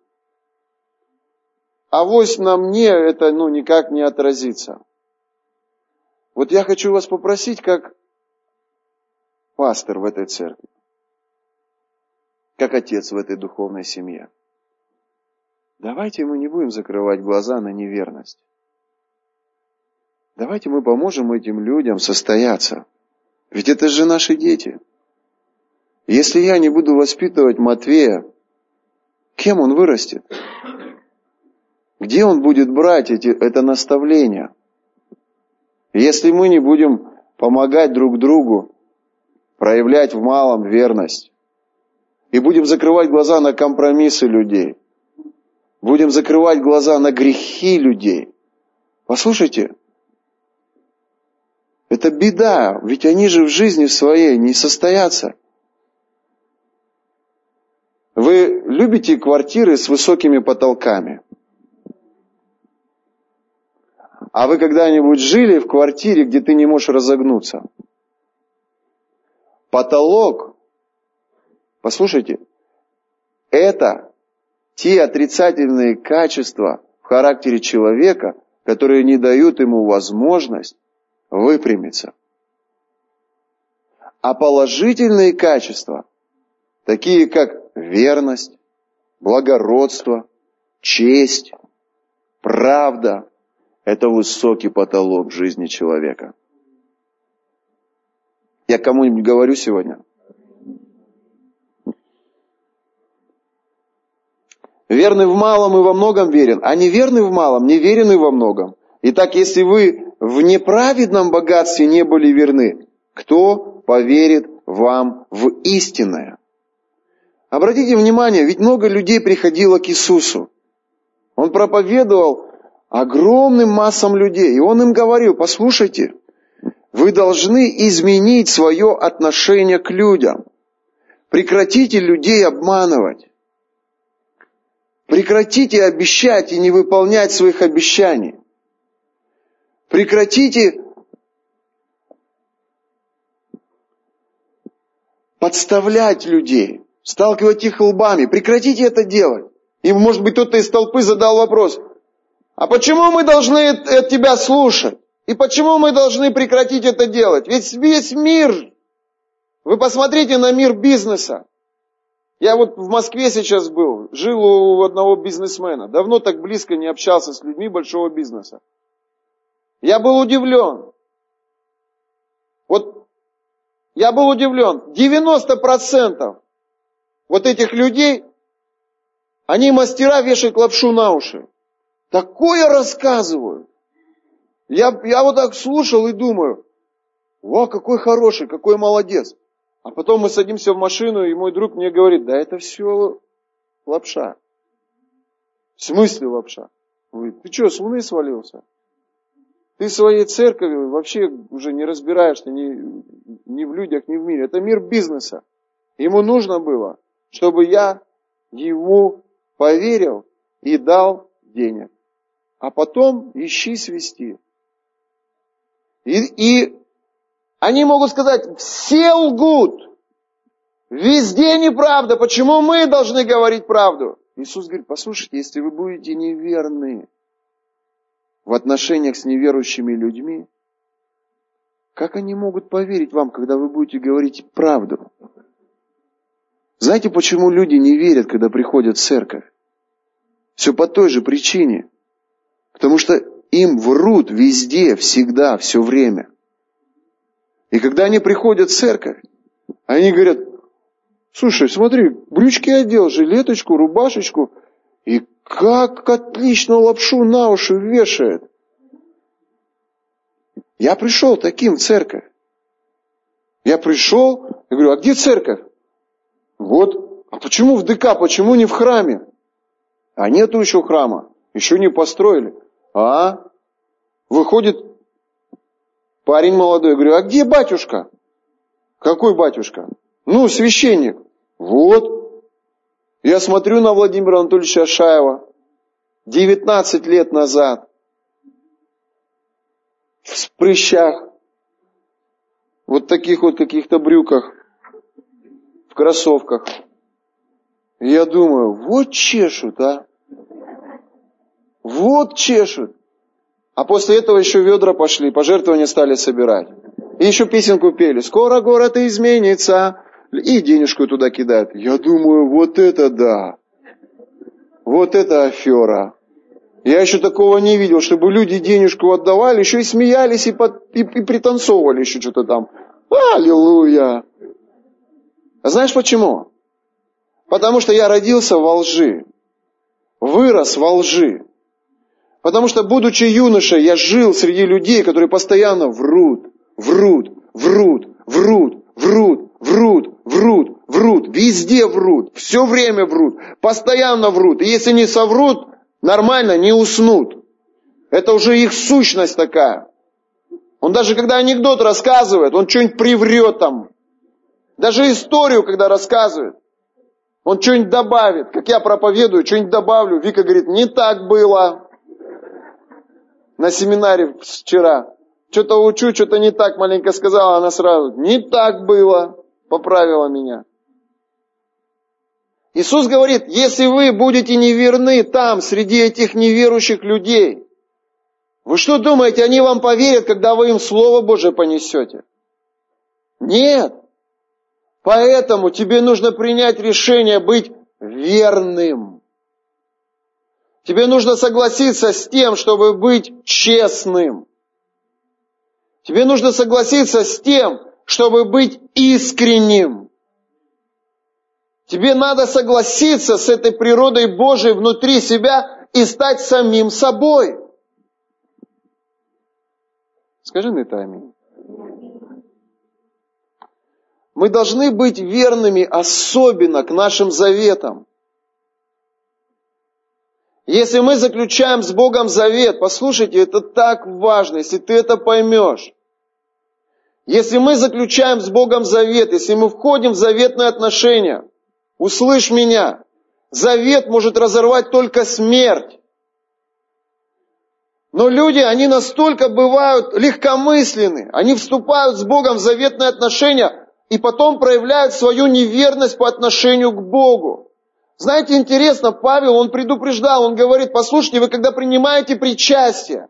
Авось на мне это ну, никак не отразится. Вот я хочу вас попросить, как пастор в этой церкви, как отец в этой духовной семье. Давайте мы не будем закрывать глаза на неверность. Давайте мы поможем этим людям состояться. Ведь это же наши дети. Если я не буду воспитывать Матвея, кем он вырастет? Где он будет брать эти, это наставление? Если мы не будем помогать друг другу, проявлять в малом верность, и будем закрывать глаза на компромиссы людей. Будем закрывать глаза на грехи людей. Послушайте, это беда, ведь они же в жизни своей не состоятся. Вы любите квартиры с высокими потолками? А вы когда-нибудь жили в квартире, где ты не можешь разогнуться? Потолок, послушайте, это те отрицательные качества в характере человека, которые не дают ему возможность выпрямиться. А положительные качества, такие как верность, благородство, честь, правда, это высокий потолок жизни человека. Я кому-нибудь говорю сегодня? Верный в малом и во многом верен, а неверный в малом, неверен во многом. Итак, если вы в неправедном богатстве не были верны, кто поверит вам в истинное? Обратите внимание, ведь много людей приходило к Иисусу. Он проповедовал огромным массам людей, и Он им говорил: послушайте, вы должны изменить свое отношение к людям. Прекратите людей обманывать. Прекратите обещать и не выполнять своих обещаний. Прекратите подставлять людей, сталкивать их лбами. Прекратите это делать. И, может быть, кто-то из толпы задал вопрос: а почему мы должны от тебя слушать? И почему мы должны прекратить это делать? Ведь весь мир, вы посмотрите на мир бизнеса. Я вот в Москве сейчас был, жил у одного бизнесмена. Давно так близко не общался с людьми большого бизнеса. Я был удивлен. Вот я был удивлен. девяносто процентов вот этих людей, они мастера вешать лапшу на уши. Такое рассказывают. Я, я вот так слушал и думаю: о, какой хороший, какой молодец. А потом мы садимся в машину, и мой друг мне говорит: да это все лапша. В смысле лапша? Он говорит: ты что, с луны свалился? Ты в своей церкви вообще уже не разбираешься ни, ни в людях, ни в мире. Это мир бизнеса. Ему нужно было, чтобы я ему поверил и дал денег. А потом ищи свести. И, и они могут сказать: все лгут. Везде неправда. Почему мы должны говорить правду? Иисус говорит: послушайте, если вы будете неверны в отношениях с неверующими людьми, как они могут поверить вам, когда вы будете говорить правду? Знаете, почему люди не верят, когда приходят в церковь? Все по той же причине. Потому что им врут везде, всегда, все время. И когда они приходят в церковь, они говорят: слушай, смотри, брючки одел, жилеточку, рубашечку, и как отлично лапшу на уши вешает. Я пришел таким в церковь. Я пришел, и говорю: а где церковь? Вот. А почему в ДК, почему не в храме? А нету еще храма, еще не построили. А? Выходит парень молодой, я говорю: а где батюшка? Какой батюшка? Ну, священник. Вот. Я смотрю на Владимира Анатольевича Ашаева. девятнадцать лет назад. В прыщах. Вот таких вот каких-то брюках. В кроссовках. И я думаю: вот чешут, а. Вот чешут. А после этого еще ведра пошли, пожертвования стали собирать. И еще песенку пели: скоро город изменится. И денежку туда кидают. Я думаю: вот это да. Вот это афера. Я еще такого не видел, чтобы люди денежку отдавали, еще и смеялись, и, под, и, и пританцовывали еще что-то там. Аллилуйя. А знаешь почему? Потому что я родился во лжи. Вырос во лжи. Потому что, будучи юношей, я жил среди людей, которые постоянно врут, врут, врут, врут, врут, врут, врут, врут, везде врут, все время врут, постоянно врут. И если не соврут, нормально не уснут. Это уже их сущность такая. Он даже когда анекдот рассказывает, он что-нибудь приврет там. Даже историю, когда рассказывает, он что-нибудь добавит. Как я проповедую, что-нибудь добавлю. Вика говорит: не так было. На семинаре вчера. Что-то учу, что-то не так маленько сказала, она сразу: не так было. Поправила меня. Иисус говорит, если вы будете неверны там, среди этих неверующих людей, вы что думаете, они вам поверят, когда вы им Слово Божие понесете? Нет. Поэтому тебе нужно принять решение быть верным. Тебе нужно согласиться с тем, чтобы быть честным. Тебе нужно согласиться с тем, чтобы быть искренним. Тебе надо согласиться с этой природой Божией внутри себя и стать самим собой. Скажи на это аминь. Мы должны быть верными особенно к нашим заветам. Если мы заключаем с Богом завет, послушайте, это так важно, если ты это поймешь. Если мы заключаем с Богом завет, если мы входим в заветные отношения, услышь меня, завет может разорвать только смерть. Но люди, они настолько бывают легкомысленны, они вступают с Богом в заветные отношения и потом проявляют свою неверность по отношению к Богу. Знаете, интересно, Павел, он предупреждал, он говорит, послушайте, вы когда принимаете причастие,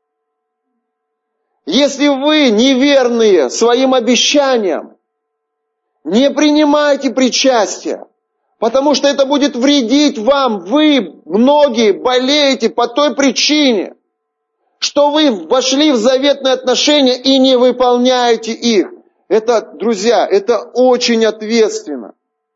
если вы неверные своим обещаниям, не принимайте причастие, потому что это будет вредить вам. Вы, многие, болеете по той причине, что вы вошли в заветные отношения и не выполняете их. Это, друзья, это очень ответственно.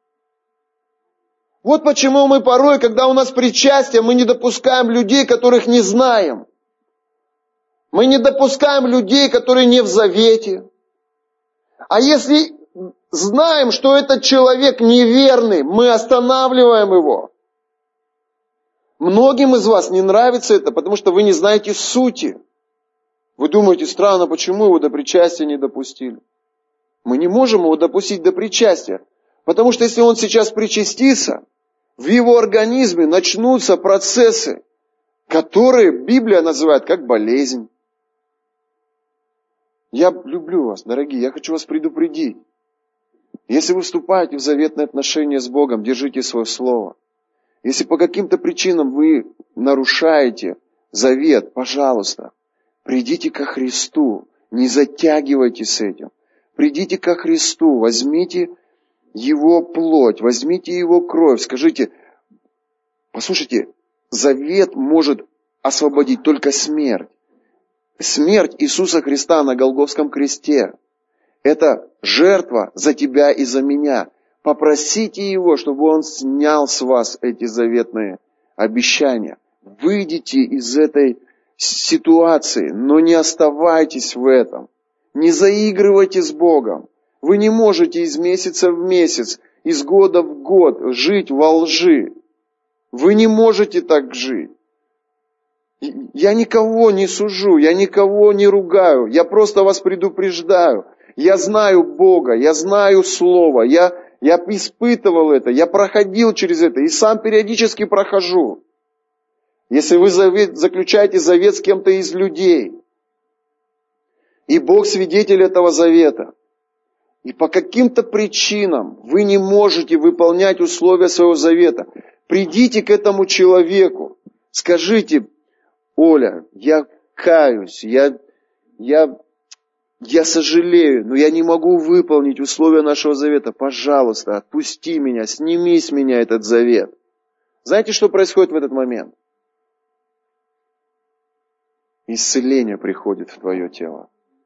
Вот почему мы порой, когда у нас причастие, мы не допускаем людей, которых не знаем. Мы не допускаем людей, которые не в завете. А если знаем, что этот человек неверный, мы останавливаем его. Многим из вас не нравится это, потому что вы не знаете сути. Вы думаете, странно, почему его до причастия не допустили? Мы не можем его допустить до причастия, потому что если он сейчас причастится, в его организме начнутся процессы, которые Библия называет как болезнь. Я люблю вас, дорогие, я хочу вас предупредить. Если вы вступаете в заветные отношения с Богом, держите свое слово. Если по каким-то причинам вы нарушаете завет, пожалуйста, придите ко Христу, не затягивайте с этим. Придите ко Христу, возьмите Его плоть, возьмите Его кровь, скажите, послушайте, завет может освободить только смерть. Смерть Иисуса Христа на Голгофском кресте. Это жертва за тебя и за меня. Попросите Его, чтобы Он снял с вас эти заветные обещания. Выйдите из этой ситуации, но не оставайтесь в этом. Не заигрывайте с Богом. Вы не можете из месяца в месяц, из года в год жить во лжи. Вы не можете так жить. Я никого не сужу, я никого не ругаю, я просто вас предупреждаю. Я знаю Бога, я знаю Слово, я, я испытывал это, я проходил через это и сам периодически прохожу. Если вы завет, заключаете завет с кем-то из людей, и Бог свидетель этого завета, и по каким-то причинам вы не можете выполнять условия своего завета, придите к этому человеку, скажите: Оля, я каюсь, я, я, я сожалею, но я не могу выполнить условия нашего завета. Пожалуйста, отпусти меня, сними с меня этот завет. Знаете, что происходит в этот момент? Исцеление приходит в твое тело.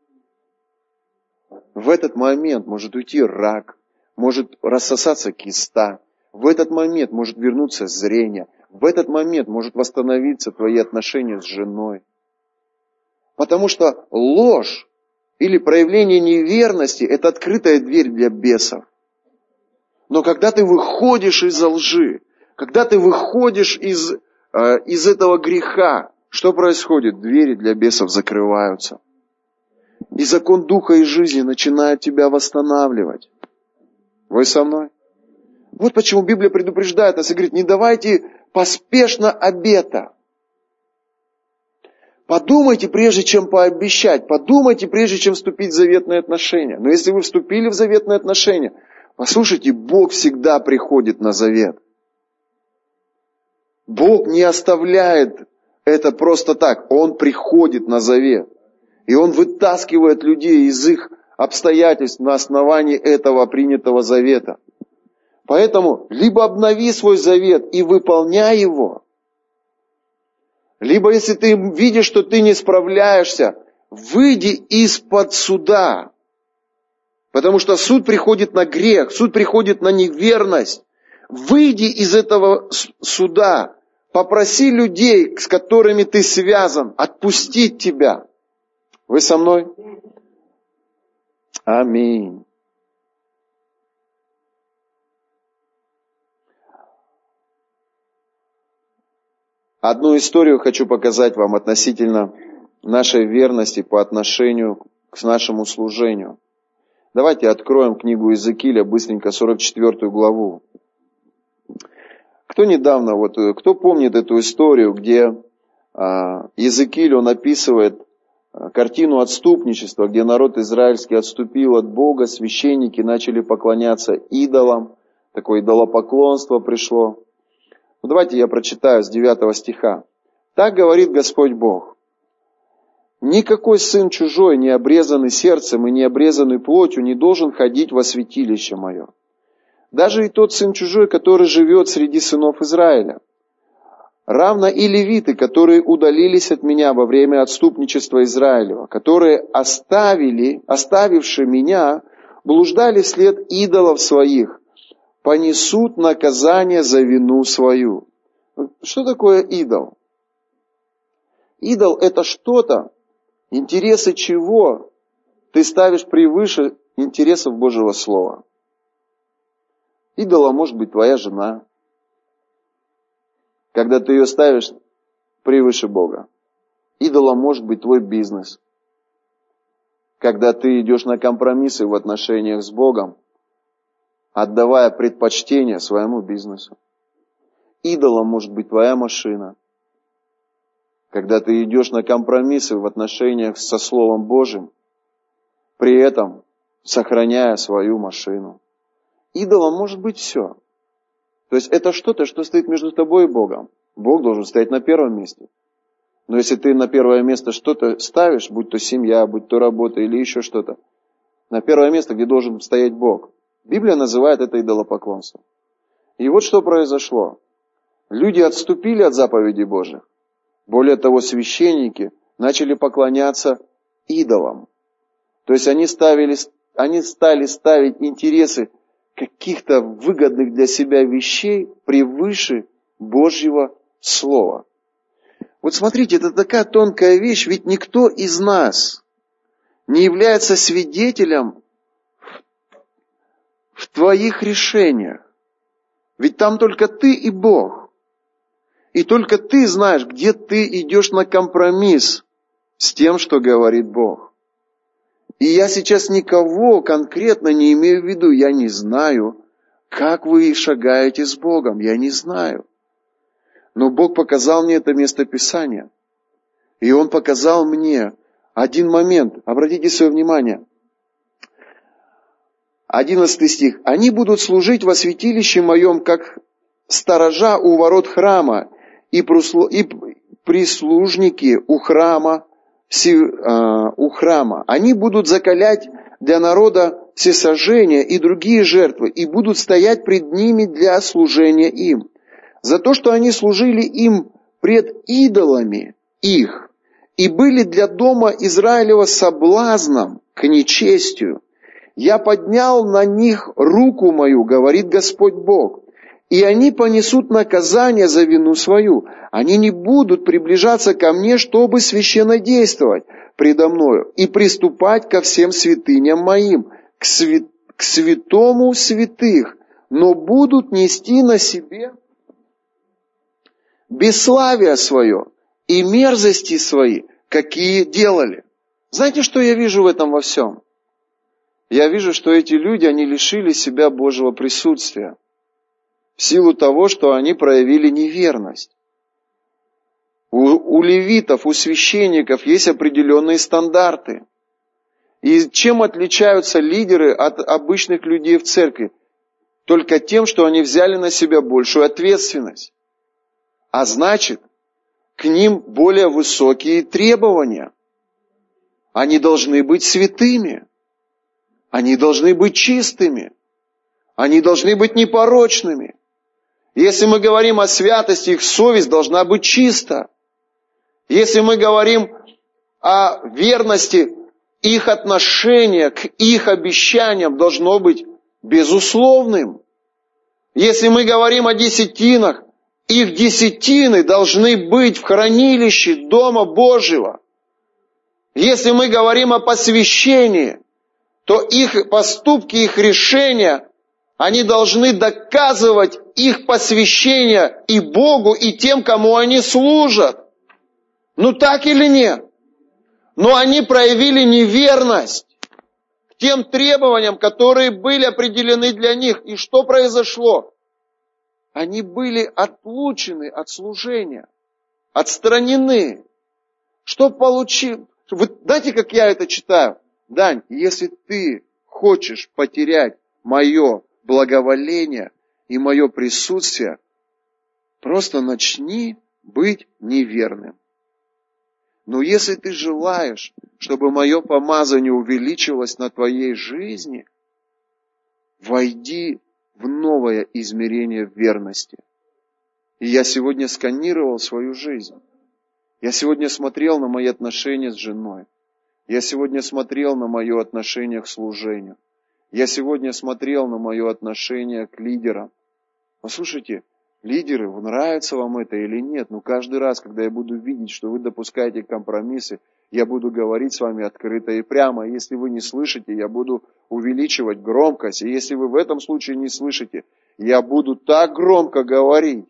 В этот момент может уйти рак, может рассосаться киста, в этот момент может вернуться зрение, в этот момент может восстановиться твои отношения с женой. Потому что ложь или проявление неверности – это открытая дверь для бесов. Но когда ты выходишь из лжи, когда ты выходишь из, э, из этого греха, что происходит? Двери для бесов закрываются. И закон духа и жизни начинает тебя восстанавливать. Вы со мной? Вот почему Библия предупреждает нас и говорит: не давайте поспешно обета. Подумайте, прежде чем пообещать. Подумайте, прежде чем вступить в заветные отношения. Но если вы вступили в заветные отношения, послушайте, Бог всегда приходит на завет. Бог не оставляет это просто так. Он приходит на завет. И Он вытаскивает людей из их обстоятельств на основании этого принятого завета. Поэтому либо обнови свой завет и выполняй его, либо если ты видишь, что ты не справляешься, выйди из-под суда. Потому что суд приходит на грех, суд приходит на неверность. Выйди из этого суда, попроси людей, с которыми ты связан, отпустить тебя. Вы со мной? Аминь. Одну историю хочу показать вам относительно нашей верности по отношению к нашему служению. Давайте откроем книгу Иезекииля, быстренько, сорок четвёртую главу. Кто недавно, вот, кто помнит эту историю, где а, Иезекииль, он описывает а, картину отступничества, где народ израильский отступил от Бога, священники начали поклоняться идолам, такое идолопоклонство пришло. Ну, давайте я прочитаю с девятого стиха. «Так говорит Господь Бог. Никакой сын чужой, не обрезанный сердцем и не обрезанный плотью, не должен ходить во святилище мое. Даже и тот сын чужой, который живет среди сынов Израиля. Равно и левиты, которые удалились от меня во время отступничества Израилева, которые оставили, оставивши меня, блуждали вслед идолов своих, понесут наказание за вину свою». Что такое идол? Идол – это что-то, интересы чего ты ставишь превыше интересов Божьего Слова. Идолом может быть твоя жена, когда ты ее ставишь превыше Бога. Идолом может быть твой бизнес, когда ты идешь на компромиссы в отношениях с Богом, отдавая предпочтение своему бизнесу. Идолом может быть твоя машина, когда ты идешь на компромиссы в отношениях со Словом Божьим, при этом сохраняя свою машину. Идолом может быть все. То есть это что-то, что стоит между тобой и Богом. Бог должен стоять на первом месте. Но если ты на первое место что-то ставишь, будь то семья, будь то работа или еще что-то, на первое место, где должен стоять Бог, Библия называет это идолопоклонством. И вот что произошло. Люди отступили от заповедей Божьих. Более того, священники начали поклоняться идолам. То есть они, ставили, они стали ставить интересы каких-то выгодных для себя вещей превыше Божьего Слова. Вот смотрите, это такая тонкая вещь, ведь никто из нас не является свидетелем в твоих решениях. Ведь там только ты и Бог. И только ты знаешь, где ты идешь на компромисс с тем, что говорит Бог. И я сейчас никого конкретно не имею в виду. Я не знаю, как вы шагаете с Богом. Я не знаю. Но Бог показал мне это местописание. И Он показал мне один момент. Обратите свое внимание. Одиннадцатый стих. «Они будут служить во святилище моем, как сторожа у ворот храма, и прислужники у храма, у храма. Они будут закалять для народа всесожжения и другие жертвы, и будут стоять пред ними для служения им. За то, что они служили им пред идолами их, и были для дома Израилева соблазном к нечестию, я поднял на них руку мою, говорит Господь Бог, и они понесут наказание за вину свою. Они не будут приближаться ко мне, чтобы священнодействовать предо мною и приступать ко всем святыням моим, к, свят... к святому святых, но будут нести на себе бесславие свое и мерзости свои, какие делали». Знаете, что я вижу в этом во всем? Я вижу, что эти люди, они лишили себя Божьего присутствия в силу того, что они проявили неверность. У, у левитов, у священников есть определенные стандарты. И чем отличаются лидеры от обычных людей в церкви? Только тем, что они взяли на себя большую ответственность. А значит, к ним более высокие требования. Они должны быть святыми. Они должны быть чистыми. Они должны быть непорочными. Если мы говорим о святости, их совесть должна быть чиста. Если мы говорим о верности, их отношение к их обещаниям должно быть безусловным. Если мы говорим о десятинах, их десятины должны быть в хранилище Дома Божьего. Если мы говорим о посвящении, то их поступки, их решения, они должны доказывать их посвящение и Богу, и тем, кому они служат. Ну так или нет? Но они проявили неверность к тем требованиям, которые были определены для них. И что произошло? Они были отлучены от служения, отстранены. Что получил? Вы знаете, как я это читаю? Дань, если ты хочешь потерять мое благоволение и мое присутствие, просто начни быть неверным. Но если ты желаешь, чтобы мое помазание увеличилось на твоей жизни, войди в новое измерение верности. И я сегодня сканировал свою жизнь. Я сегодня смотрел на мои отношения с женой. Я сегодня смотрел на мое отношение к служению. Я сегодня смотрел на мое отношение к лидерам. Послушайте, лидеры, нравится вам это или нет, но каждый раз, когда я буду видеть, что вы допускаете компромиссы, я буду говорить с вами открыто и прямо. Если вы не слышите, я буду увеличивать громкость. И если вы в этом случае не слышите, я буду так громко говорить.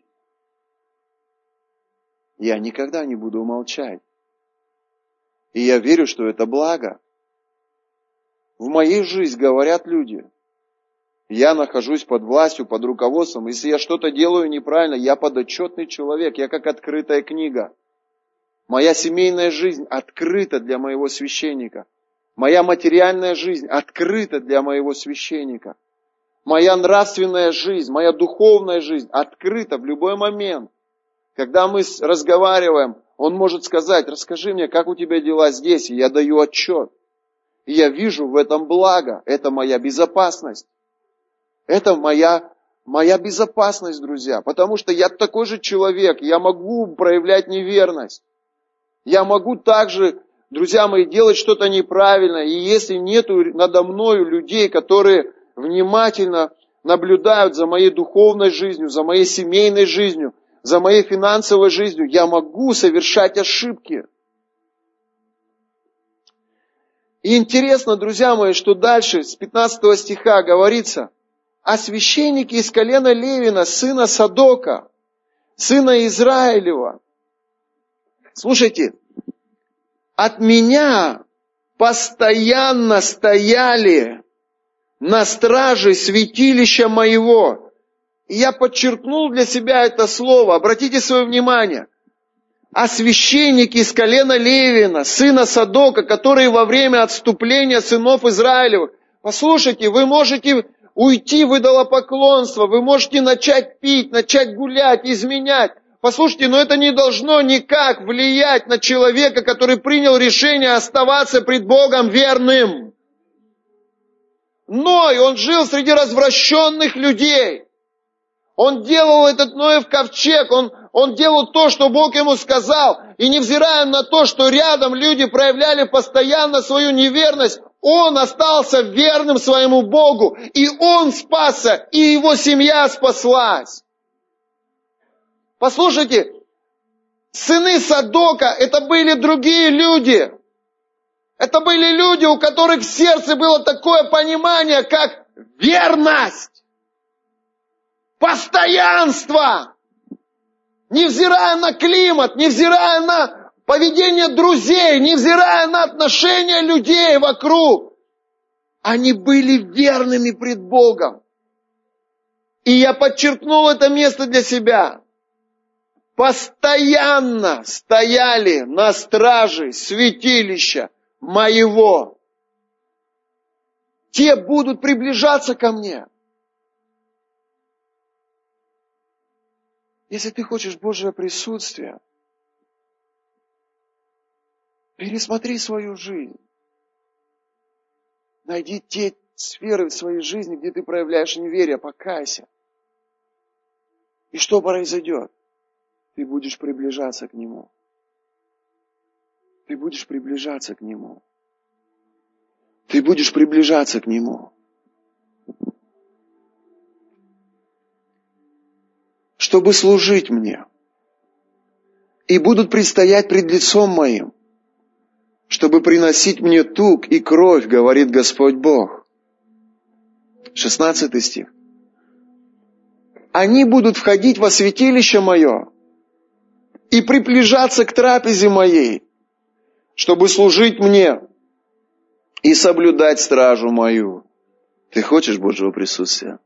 Я никогда не буду молчать. И я верю, что это благо. В моей жизни говорят люди. Я нахожусь под властью, под руководством. Если я что-то делаю неправильно, я подотчетный человек. Я как открытая книга. Моя семейная жизнь открыта для моего священника. Моя материальная жизнь открыта для моего священника. Моя нравственная жизнь, моя духовная жизнь открыта в любой момент. Когда мы разговариваем, он может сказать: расскажи мне, как у тебя дела здесь, и я даю отчет. И я вижу в этом благо, это моя безопасность. Это моя, моя безопасность, друзья, потому что я такой же человек, я могу проявлять неверность. Я могу также, друзья мои, делать что-то неправильно, и если нету надо мною людей, которые внимательно наблюдают за моей духовной жизнью, за моей семейной жизнью, за моей финансовой жизнью, я могу совершать ошибки. И интересно, друзья мои, что дальше с пятнадцатого стиха говорится о священнике из колена Левина, сына Садока, сына Израилева. Слушайте, от меня постоянно стояли на страже святилища моего. И я подчеркнул для себя это слово. Обратите свое внимание. А священники из колена Левина, сына Садока, которые во время отступления сынов Израилевых. Послушайте, вы можете уйти в идолопоклонство, вы можете начать пить, начать гулять, изменять. Послушайте, но это не должно никак влиять на человека, который принял решение оставаться пред Богом верным. Ной, он жил среди развращенных людей. Он делал этот Ноев ковчег, он, он делал то, что Бог ему сказал. И невзирая на то, что рядом люди проявляли постоянно свою неверность, он остался верным своему Богу. И он спасся, и его семья спаслась. Послушайте, сыны Садока, это были другие люди. Это были люди, у которых в сердце было такое понимание, как верность, постоянство. Невзирая на климат, невзирая на поведение друзей, невзирая на отношения людей вокруг, они были верными пред Богом. И я подчеркнул это место для себя. Постоянно стояли на страже святилища моего. Те будут приближаться ко мне. Если ты хочешь Божье присутствие, пересмотри свою жизнь. Найди те сферы в своей жизни, где ты проявляешь неверие, покайся. И что произойдет? Ты будешь приближаться к Нему. Ты будешь приближаться к Нему. Ты будешь приближаться к Нему. Чтобы служить мне. И будут предстоять пред лицом моим, чтобы приносить мне тук и кровь, говорит Господь Бог. шестнадцатый стих. Они будут входить во святилище мое и приближаться к трапезе моей, чтобы служить мне и соблюдать стражу мою. Ты хочешь Божьего присутствия?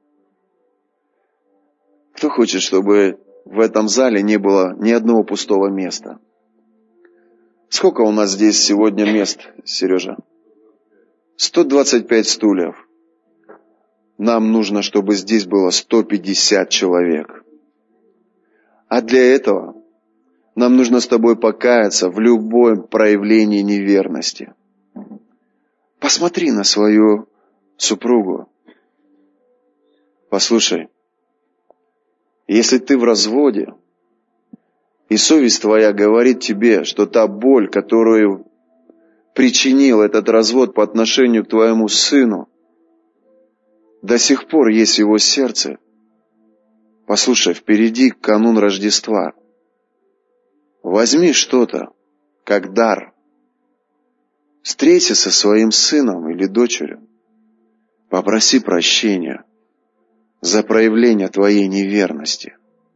Кто хочет, чтобы в этом зале не было ни одного пустого места? Сколько у нас здесь сегодня мест, Сережа? сто двадцать пять стульев. Нам нужно, чтобы здесь было сто пятьдесят человек. А для этого нам нужно с тобой покаяться в любом проявлении неверности. Посмотри на свою супругу. Послушай, если ты в разводе, и совесть твоя говорит тебе, что та боль, которую причинил этот развод по отношению к твоему сыну, до сих пор есть в его сердце. Послушай, впереди канун Рождества. Возьми что-то, как дар. Встреться со своим сыном или дочерью. Попроси прощения за проявление твоей неверности.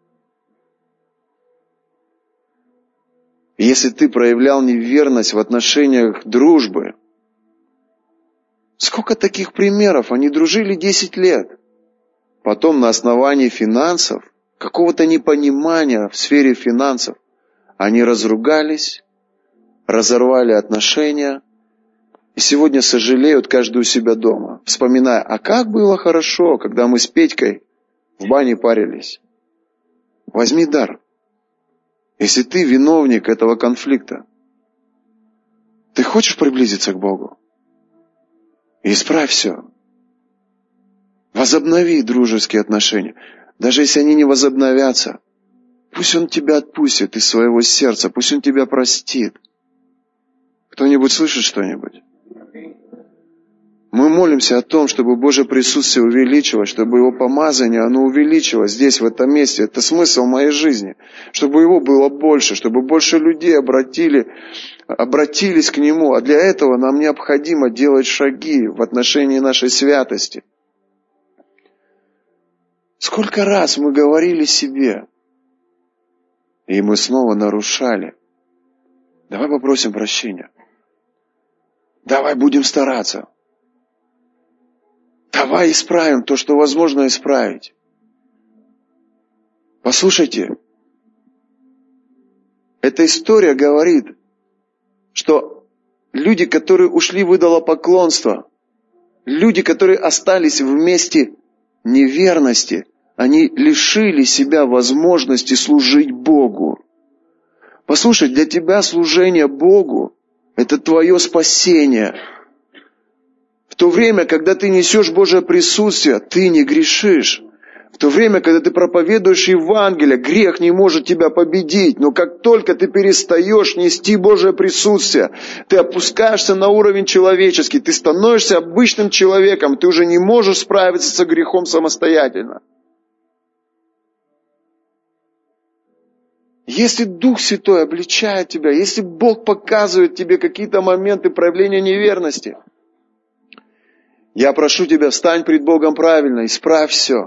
Если ты проявлял неверность в отношениях дружбы, сколько таких примеров? Они дружили десять лет. Потом на основании финансов, какого-то непонимания в сфере финансов, они разругались, разорвали отношения и сегодня сожалеют каждый у себя дома, вспоминая, а как было хорошо, когда мы с Петькой в бане парились. Возьми дар. Если ты виновник этого конфликта, ты хочешь приблизиться к Богу? Исправь все. Возобнови дружеские отношения. Даже если они не возобновятся, пусть Он тебя отпустит из своего сердца, пусть Он тебя простит. Кто-нибудь слышит что-нибудь? Мы молимся о том, чтобы Божье присутствие увеличилось, чтобы Его помазание, оно увеличилось здесь, в этом месте. Это смысл моей жизни. Чтобы Его было больше, чтобы больше людей обратили, обратились к Нему. А для этого нам необходимо делать шаги в отношении нашей святости. Сколько раз мы говорили себе, и мы снова нарушали. Давай попросим прощения. Давай будем стараться. Давай исправим то, что возможно исправить. Послушайте, эта история говорит, что люди, которые ушли в идолопоклонство, люди, которые остались в месте неверности, они лишили себя возможности служить Богу. Послушай, для тебя служение Богу – это твое спасение. В то время, когда ты несешь Божье присутствие, ты не грешишь. В то время, когда ты проповедуешь Евангелие, грех не может тебя победить. Но как только ты перестаешь нести Божье присутствие, ты опускаешься на уровень человеческий, ты становишься обычным человеком, ты уже не можешь справиться со грехом самостоятельно. Если Дух Святой обличает тебя, если Бог показывает тебе какие-то моменты проявления неверности, я прошу тебя, встань пред Богом правильно, исправь все.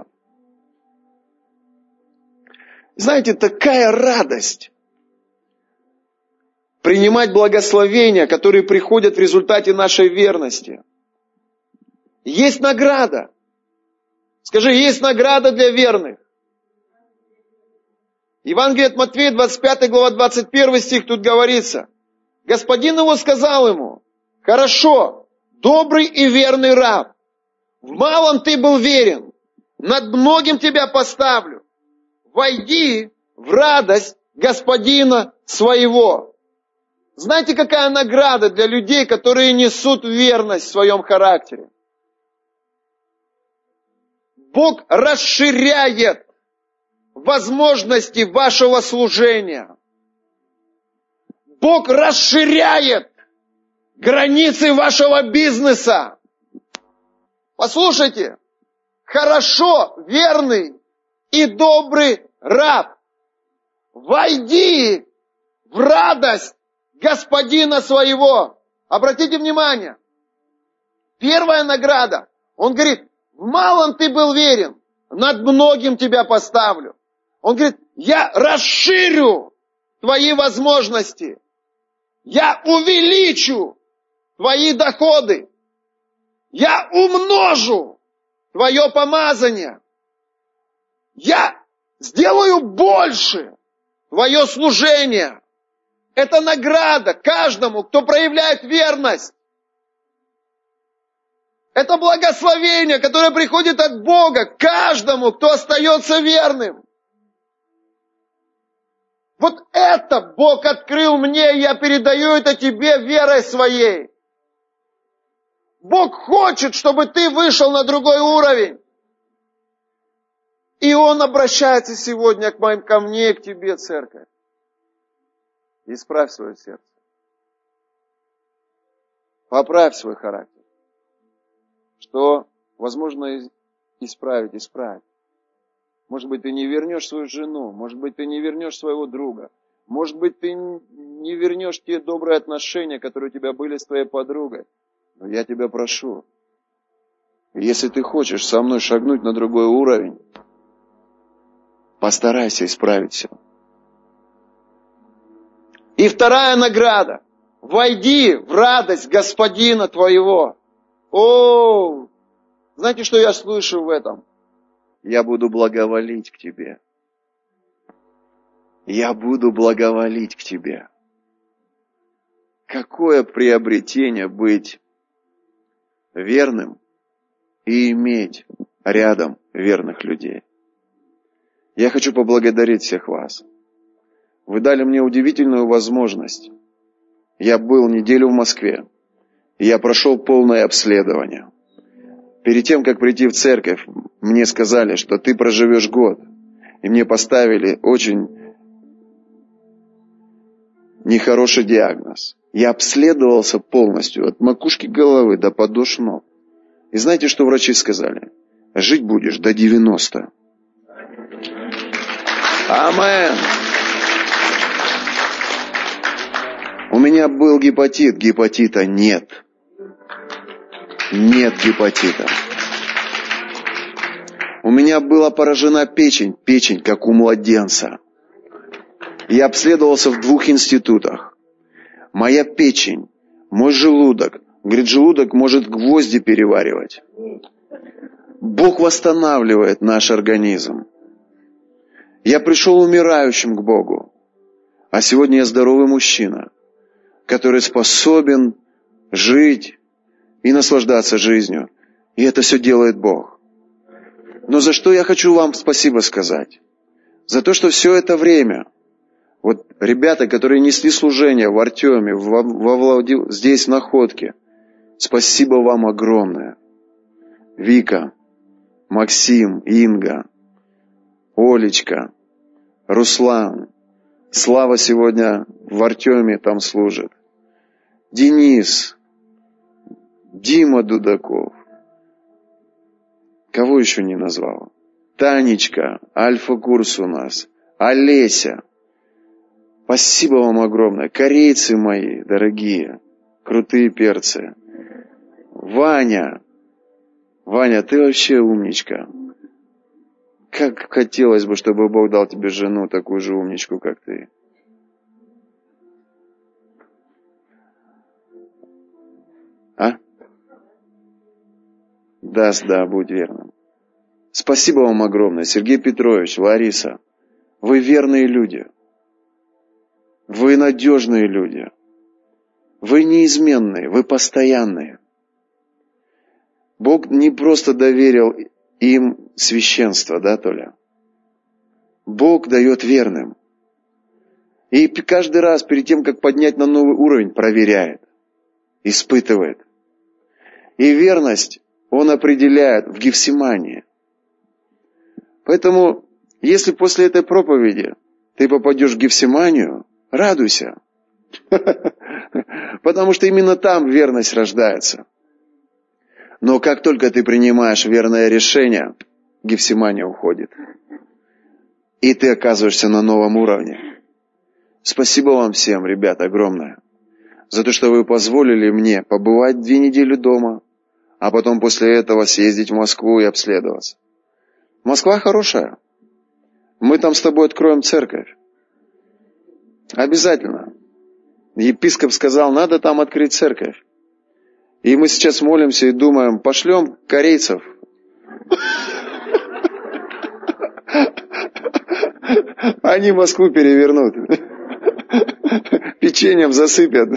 Знаете, такая радость принимать благословения, которые приходят в результате нашей верности. Есть награда. Скажи, есть награда для верных. Евангелие от Матфея, двадцать пятая глава, двадцать первый стих, тут говорится. Господин его сказал ему, хорошо, добрый и верный раб, в малом ты был верен, над многим тебя поставлю. Войди в радость господина своего. Знаете, какая награда для людей, которые несут верность в своем характере? Бог расширяет возможности вашего служения. Бог расширяет границы вашего бизнеса. Послушайте, хорошо, верный и добрый раб, войди в радость господина своего. Обратите внимание, первая награда, он говорит, в малом ты был верен, над многим тебя поставлю. Он говорит, я расширю твои возможности, я увеличу твои доходы, я умножу твое помазание, я сделаю больше твое служение. Это награда каждому, кто проявляет верность. Это благословение, которое приходит от Бога каждому, кто остается верным. Вот это Бог открыл мне, и я передаю это тебе верой своей. Бог хочет, чтобы ты вышел на другой уровень. И Он обращается сегодня к моим, ко мне и к тебе, церковь. Исправь свое сердце. Поправь свой характер. Что возможно исправить, исправить. Может быть, ты не вернешь свою жену, может быть, ты не вернешь своего друга, может быть, ты не вернешь те добрые отношения, которые у тебя были с твоей подругой. Но я тебя прошу, если ты хочешь со мной шагнуть на другой уровень, постарайся исправить все. И вторая награда. Войди в радость Господина твоего. О, знаете, что я слышу в этом? Я буду благоволить к тебе. Я буду благоволить к тебе. Какое приобретение быть верным и иметь рядом верных людей. Я хочу поблагодарить всех вас. Вы дали мне удивительную возможность. Я был неделю в Москве, и я прошел полное обследование. Перед тем, как прийти в церковь, мне сказали, что ты проживешь год. И мне поставили очень нехороший диагноз. Я обследовался полностью, от макушки головы до подошв ног. И знаете, что врачи сказали? Жить будешь до девяноста. Амен. У меня был гепатит, гепатита нет. Нет гепатита. У меня была поражена печень, печень, как у младенца. Я обследовался в двух институтах. Моя печень, мой желудок, говорит, желудок может гвозди переваривать. Бог восстанавливает наш организм. Я пришел умирающим к Богу, а сегодня я здоровый мужчина, который способен жить и наслаждаться жизнью. И это все делает Бог. Но за что я хочу вам спасибо сказать? За то, что все это время, вот ребята, которые несли служение в Артеме, во, во Влади... здесь в Находке, спасибо вам огромное. Вика, Максим, Инга, Олечка, Руслан, Слава сегодня в Артеме там служит, Денис, Дима Дудаков, кого еще не назвал? Танечка, Альфа-курс у нас, Олеся. Спасибо вам огромное. Корейцы мои, дорогие, крутые перцы. Ваня, Ваня, ты вообще умничка. Как хотелось бы, чтобы Бог дал тебе жену, такую же умничку, как ты. А? Даст, да, будь верным. Спасибо вам огромное, Сергей Петрович, Лариса. Вы верные люди. Вы надежные люди. Вы неизменные, вы постоянные. Бог не просто доверил им священство, да, Толя? Бог дает верным. И каждый раз перед тем, как поднять на новый уровень, проверяет, испытывает. И верность Он определяет в Гефсимании. Поэтому, если после этой проповеди ты попадешь в Гефсиманию, радуйся. Потому что именно там верность рождается. Но как только ты принимаешь верное решение, Гефсимания уходит. И ты оказываешься на новом уровне. Спасибо вам всем, ребят, огромное, за то, что вы позволили мне побывать две недели дома, а потом после этого съездить в Москву и обследоваться. Москва хорошая. Мы там с тобой откроем церковь. Обязательно. Епископ сказал, надо там открыть церковь. И мы сейчас молимся и думаем, пошлем корейцев. Они Москву перевернут. Печеньем засыпят.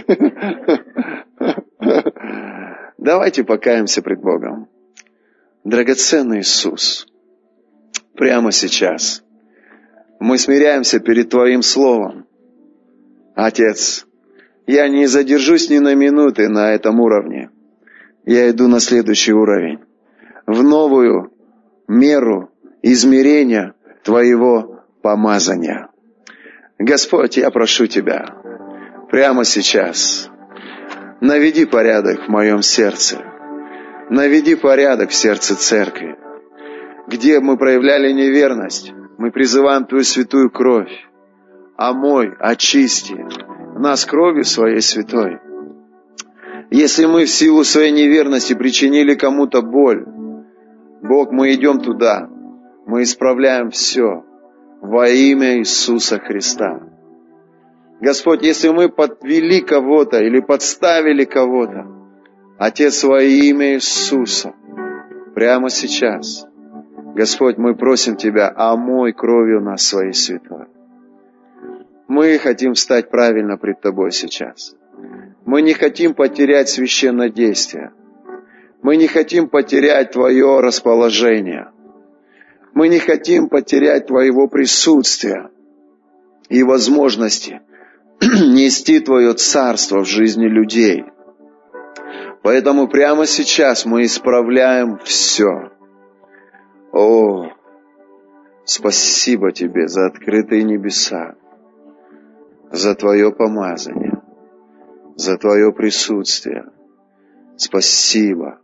Давайте покаемся пред Богом. Драгоценный Иисус, прямо сейчас мы смиряемся перед Твоим Словом. Отец, я не задержусь ни на минуты на этом уровне. Я иду на следующий уровень. В новую меру измерения Твоего помазания. Господь, я прошу Тебя, прямо сейчас, наведи порядок в моем сердце. Наведи порядок в сердце церкви. Где мы проявляли неверность, мы призываем Твою святую кровь. Омой, очисти нас кровью Своей святой. Если мы в силу своей неверности причинили кому-то боль, Бог, мы идем туда, мы исправляем все во имя Иисуса Христа. Господь, если мы подвели кого-то или подставили кого-то, Отец, во имя Иисуса, прямо сейчас, Господь, мы просим Тебя, омой кровью нас Своей святой. Мы хотим встать правильно пред Тобой сейчас. Мы не хотим потерять священное действие. Мы не хотим потерять Твое расположение. Мы не хотим потерять Твоего присутствия и возможности нести Твое царство в жизни людей. Поэтому прямо сейчас мы исправляем все. О, спасибо Тебе за открытые небеса, за Твое помазание, за Твое присутствие. Спасибо.